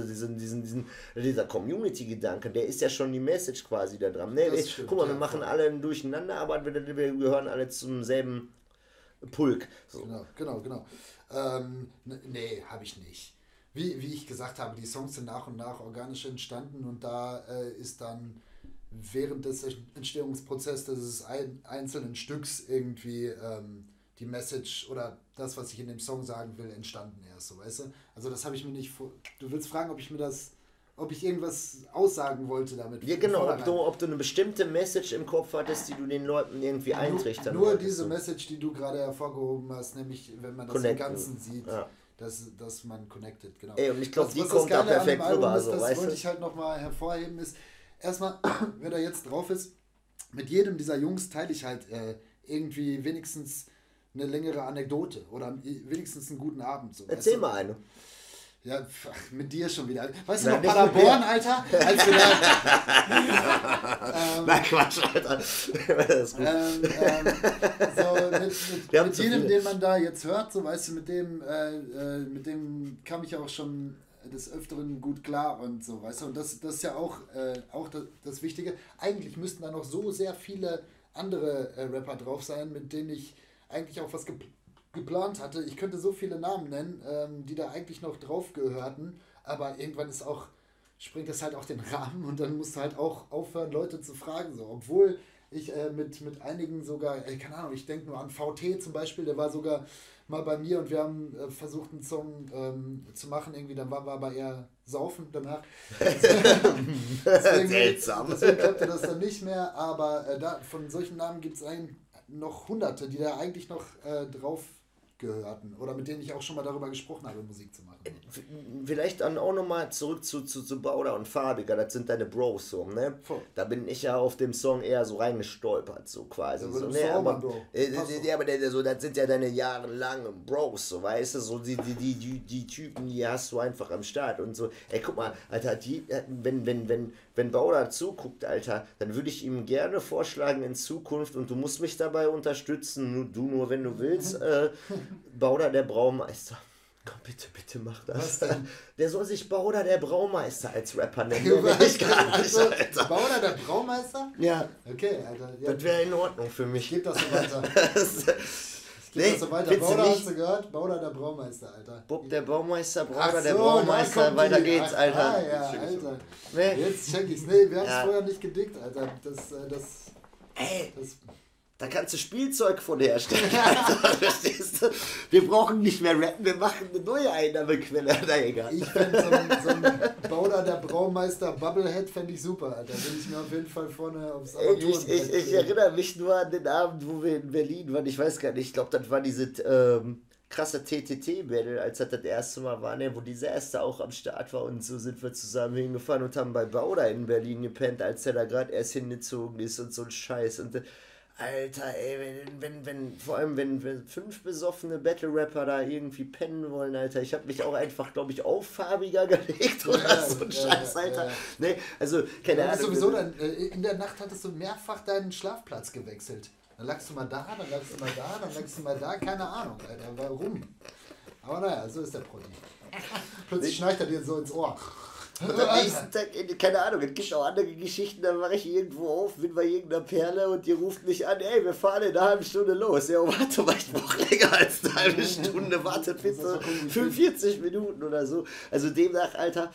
dieser Community-Gedanke, der ist ja schon die Message quasi da dran. Ne? Das stimmt, Guck mal, wir ja, machen voll. alle durcheinander, aber wir gehören alle zum selben Pulk. So. Genau. Nee, habe ich nicht. Wie ich gesagt habe, die Songs sind nach und nach organisch entstanden und da ist dann während des Entstehungsprozesses des einzelnen Stücks irgendwie die Message oder das, was ich in dem Song sagen will, entstanden erst, so, weißt du? Also das habe ich mir nicht vor... Du willst fragen, ob ich irgendwas aussagen wollte damit. Ja, genau, vornherein. ob du eine bestimmte Message im Kopf hattest, die du den Leuten irgendwie eintrichtern Nur wolltest, diese so. Message, die du gerade hervorgehoben hast, nämlich wenn man das Connecten. im Ganzen sieht, Ja. dass man connected, genau. Ey, und ich glaub, Was die das kommt da Geile an dem perfekt Album rüber, ist, so, das weißt wollte du? ich halt nochmal hervorheben, ist erstmal, wenn er jetzt drauf ist, mit jedem dieser Jungs teile ich halt irgendwie wenigstens eine längere Anekdote oder wenigstens einen guten Abend. So, Erzähl weißt du? mal eine. Ja, mit dir schon wieder. Weißt du Nein, noch, Paderborn, Alter? Als wir da... Nein, Quatsch, Alter. Das ist gut. Mit jedem, den man da jetzt hört, so weißt du, mit dem kam ich auch schon des Öfteren gut klar und so, weißt du, und das ist ja auch das Wichtige. Eigentlich müssten da noch so sehr viele andere Rapper drauf sein, mit denen ich eigentlich auch was geplant hatte. Ich könnte so viele Namen nennen, die da eigentlich noch drauf gehörten, aber irgendwann springt das halt auch den Rahmen und dann musst du halt auch aufhören, Leute zu fragen, so, obwohl ich mit einigen sogar, keine Ahnung, ich denke nur an VT zum Beispiel, der war sogar mal bei mir und wir haben versucht, einen Song zu machen, irgendwie, dann waren wir aber eher saufen danach. Seltsam. Deswegen klappte das dann nicht mehr, aber von solchen Namen gibt es noch Hunderte, die da eigentlich noch drauf gehörten oder mit denen ich auch schon mal darüber gesprochen habe, Musik zu machen. Vielleicht dann auch nochmal zurück zu Bauder und Farbiger, das sind deine Bros-Songs, ne? Voll. Da bin ich ja auf dem Song eher so reingestolpert, so quasi. Ja, so, du ne? auch mal, Aber, Bro. das sind ja deine jahrelangen Bros, so, weißt du, so die Typen, die hast du einfach am Start und so. Ey, guck mal, Alter, wenn Bauder zuguckt, Alter, dann würde ich ihm gerne vorschlagen in Zukunft, und du musst mich dabei unterstützen, nur wenn du willst, Bauder der Braumeister. Komm, bitte mach das. Was denn? Der soll sich Bauder der Braumeister als Rapper nennen. Was? Gar nicht, Also, Alter. Bauder der Braumeister? Ja, Okay, Alter. Ja, das wäre in Ordnung für ich mich. gebe das so weiter. Nee, Das so weiter. findest du Bauder, nicht? hast du gehört? Bauder der Braumeister, Alter. Bob der Baumeister, Ach Bauder der so, Braumeister, da kommt weiter die. geht's, Ach, Alter. Ah, ja, Alter. Nee. Jetzt check ich's. Nee, wir haben es Ja. vorher nicht gedickt, Alter. Ey, Das da kannst du Spielzeug von herstellen. Alter, verstehst du? Wir brauchen nicht mehr rappen, wir machen eine neue Einnahmequelle. Na egal. ich fände so ein Bauder der Braumeister Bubblehead fände ich super, Alter. Würde ich mir auf jeden Fall vorne aufs Armaturenbrett Ich erinnere mich nur an den Abend, wo wir in Berlin waren. Ich weiß gar nicht, ich glaube, das war diese krasse TTT-Battle, als das erste Mal war, ne, wo Disaster auch am Start war, und so sind wir zusammen hingefahren und haben bei Bauder in Berlin gepennt, als der da gerade erst hingezogen ist und so ein Scheiß. Und Alter, ey, vor allem wenn 5 besoffene Battle-Rapper da irgendwie pennen wollen, Alter, ich habe mich auch einfach, glaube ich, auf Farbiger gelegt oder Ja, so ein ja, Scheiß, ja, Alter. ja. Ne, also, keine Du hast Ahnung. sowieso in der Nacht hattest du mehrfach deinen Schlafplatz gewechselt. Dann lagst du mal da, dann lagst du mal da, dann lagst du mal da, keine Ahnung, Alter, warum? Aber naja, so ist der Promi. Plötzlich schnarcht er dir so ins Ohr. Und am nächsten Tag, keine Ahnung, es gibt auch andere Geschichten, da mache ich irgendwo auf, bin bei irgendeiner Perle und die ruft mich an, ey, wir fahren in einer halben Stunde los. Ja, warte mal, ich brauche länger als eine halbe Stunde, wartet bitte 45 Minuten oder so. Also demnach, Alter,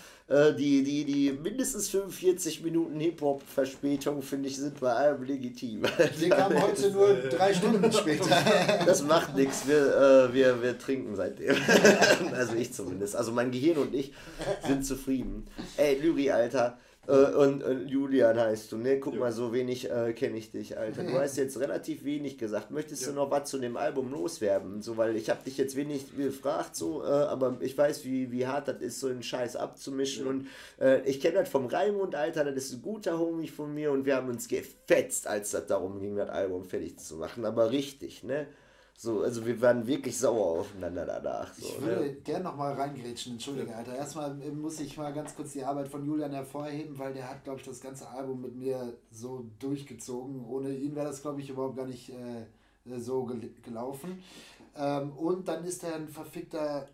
die mindestens 45 Minuten Hip-Hop-Verspätung, finde ich, sind bei allem legitim. Wir kamen heute nur 3 Stunden später. Das macht nichts, wir trinken seitdem. Also ich zumindest. Also mein Gehirn und ich sind zufrieden. Ey, Lyri, Alter. Und Julian heißt du, ne? Guck mal, so wenig kenne ich dich, Alter. Du hast jetzt relativ wenig gesagt. Möchtest du noch was zu dem Album loswerden? So, weil ich habe dich jetzt wenig gefragt, so, aber ich weiß, wie hart das ist, so einen Scheiß abzumischen. Und ich kenne das vom Raimund, Alter. Das ist ein guter Homie von mir, und wir haben uns gefetzt, als das darum ging, das Album fertig zu machen. Aber richtig, ne? So, also wir waren wirklich sauer aufeinander danach. So, Ich würde gerne nochmal reingrätschen, entschuldige, Alter. Erstmal muss ich mal ganz kurz die Arbeit von Julian hervorheben, weil der hat, glaube ich, das ganze Album mit mir so durchgezogen. Ohne ihn wäre das, glaube ich, überhaupt gar nicht so gelaufen. Und dann ist er ein verfickter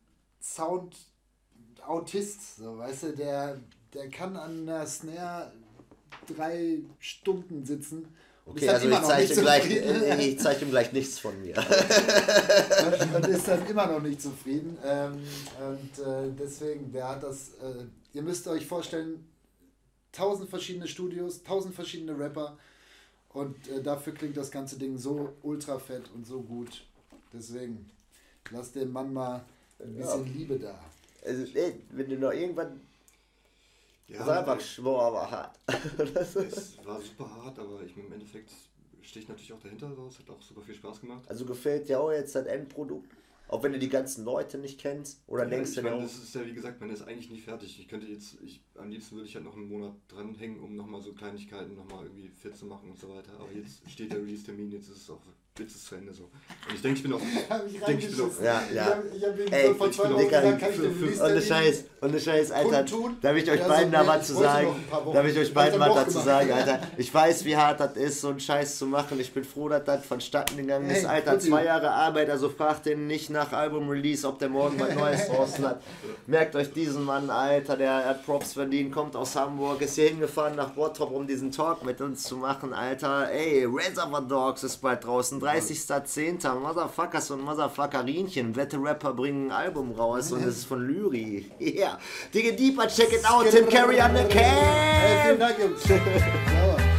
Sound-Autist, so, weißt du, der kann an der Snare 3 Stunden sitzen. Okay, also ich zeige ihm gleich nichts von mir. Und ist dann immer noch nicht zufrieden. Deswegen, der hat das, ihr müsst euch vorstellen, 1000 verschiedene Studios, 1000 verschiedene Rapper, und dafür klingt das ganze Ding so ultra fett und so gut. Deswegen, lasst dem Mann mal ein bisschen Liebe da. Also, ey, wenn du noch irgendwann... Ja, Das war einfach schwor, aber hart. Es war super hart, aber im Endeffekt stehe ich natürlich auch dahinter. So. Es hat auch super viel Spaß gemacht. Also gefällt dir auch jetzt das Endprodukt? Auch wenn du die ganzen Leute nicht kennst? Oder Ja, denkst ich du dir meine, auch... das ist ja, wie gesagt, man ist eigentlich nicht fertig. Ich könnte jetzt, am liebsten würde ich halt noch einen Monat dranhängen, um nochmal so Kleinigkeiten nochmal irgendwie fit zu machen und so weiter. Aber jetzt steht der Release-Termin, jetzt ist es auch jetzt ist es zu Ende so. Und ich denke, ich bin auch... Hab ich reingeschissen. Ja. Ich hab ihm Ey, vor 2 Wochen Dicker, gesagt, kann ich den Release ohne Scheiß, Alter, kundtun? darf ich euch Ja, beiden so, da nee, was ich zu wollte sagen? noch ein paar Wochen. Darf ich euch beiden Hat er was noch dazu gemacht. sagen, Alter? Ich weiß, wie hart das ist, so einen Scheiß zu machen. Ich bin froh, dass das vonstatten gegangen ist, Hey, Alter. Putzi. 2 Jahre Arbeit, also fragt den nicht nach Album-Release, ob der morgen was Neues draußen hat. Merkt euch diesen Mann, Alter, der hat Props verdient, kommt aus Hamburg, ist hier hingefahren nach Bottrop, um diesen Talk mit uns zu machen, Alter. Ey, Reservoir Dogs ist bald draußen, 30.10. Motherfuckers und Motherfuckerinchen. Wette-Rapper bringen ein Album raus und es ist von Lyri. Yeah. Digga Deeper, check it out, Tim Carey on the Hey, vielen Cam. Dank, Jungs. Sauer.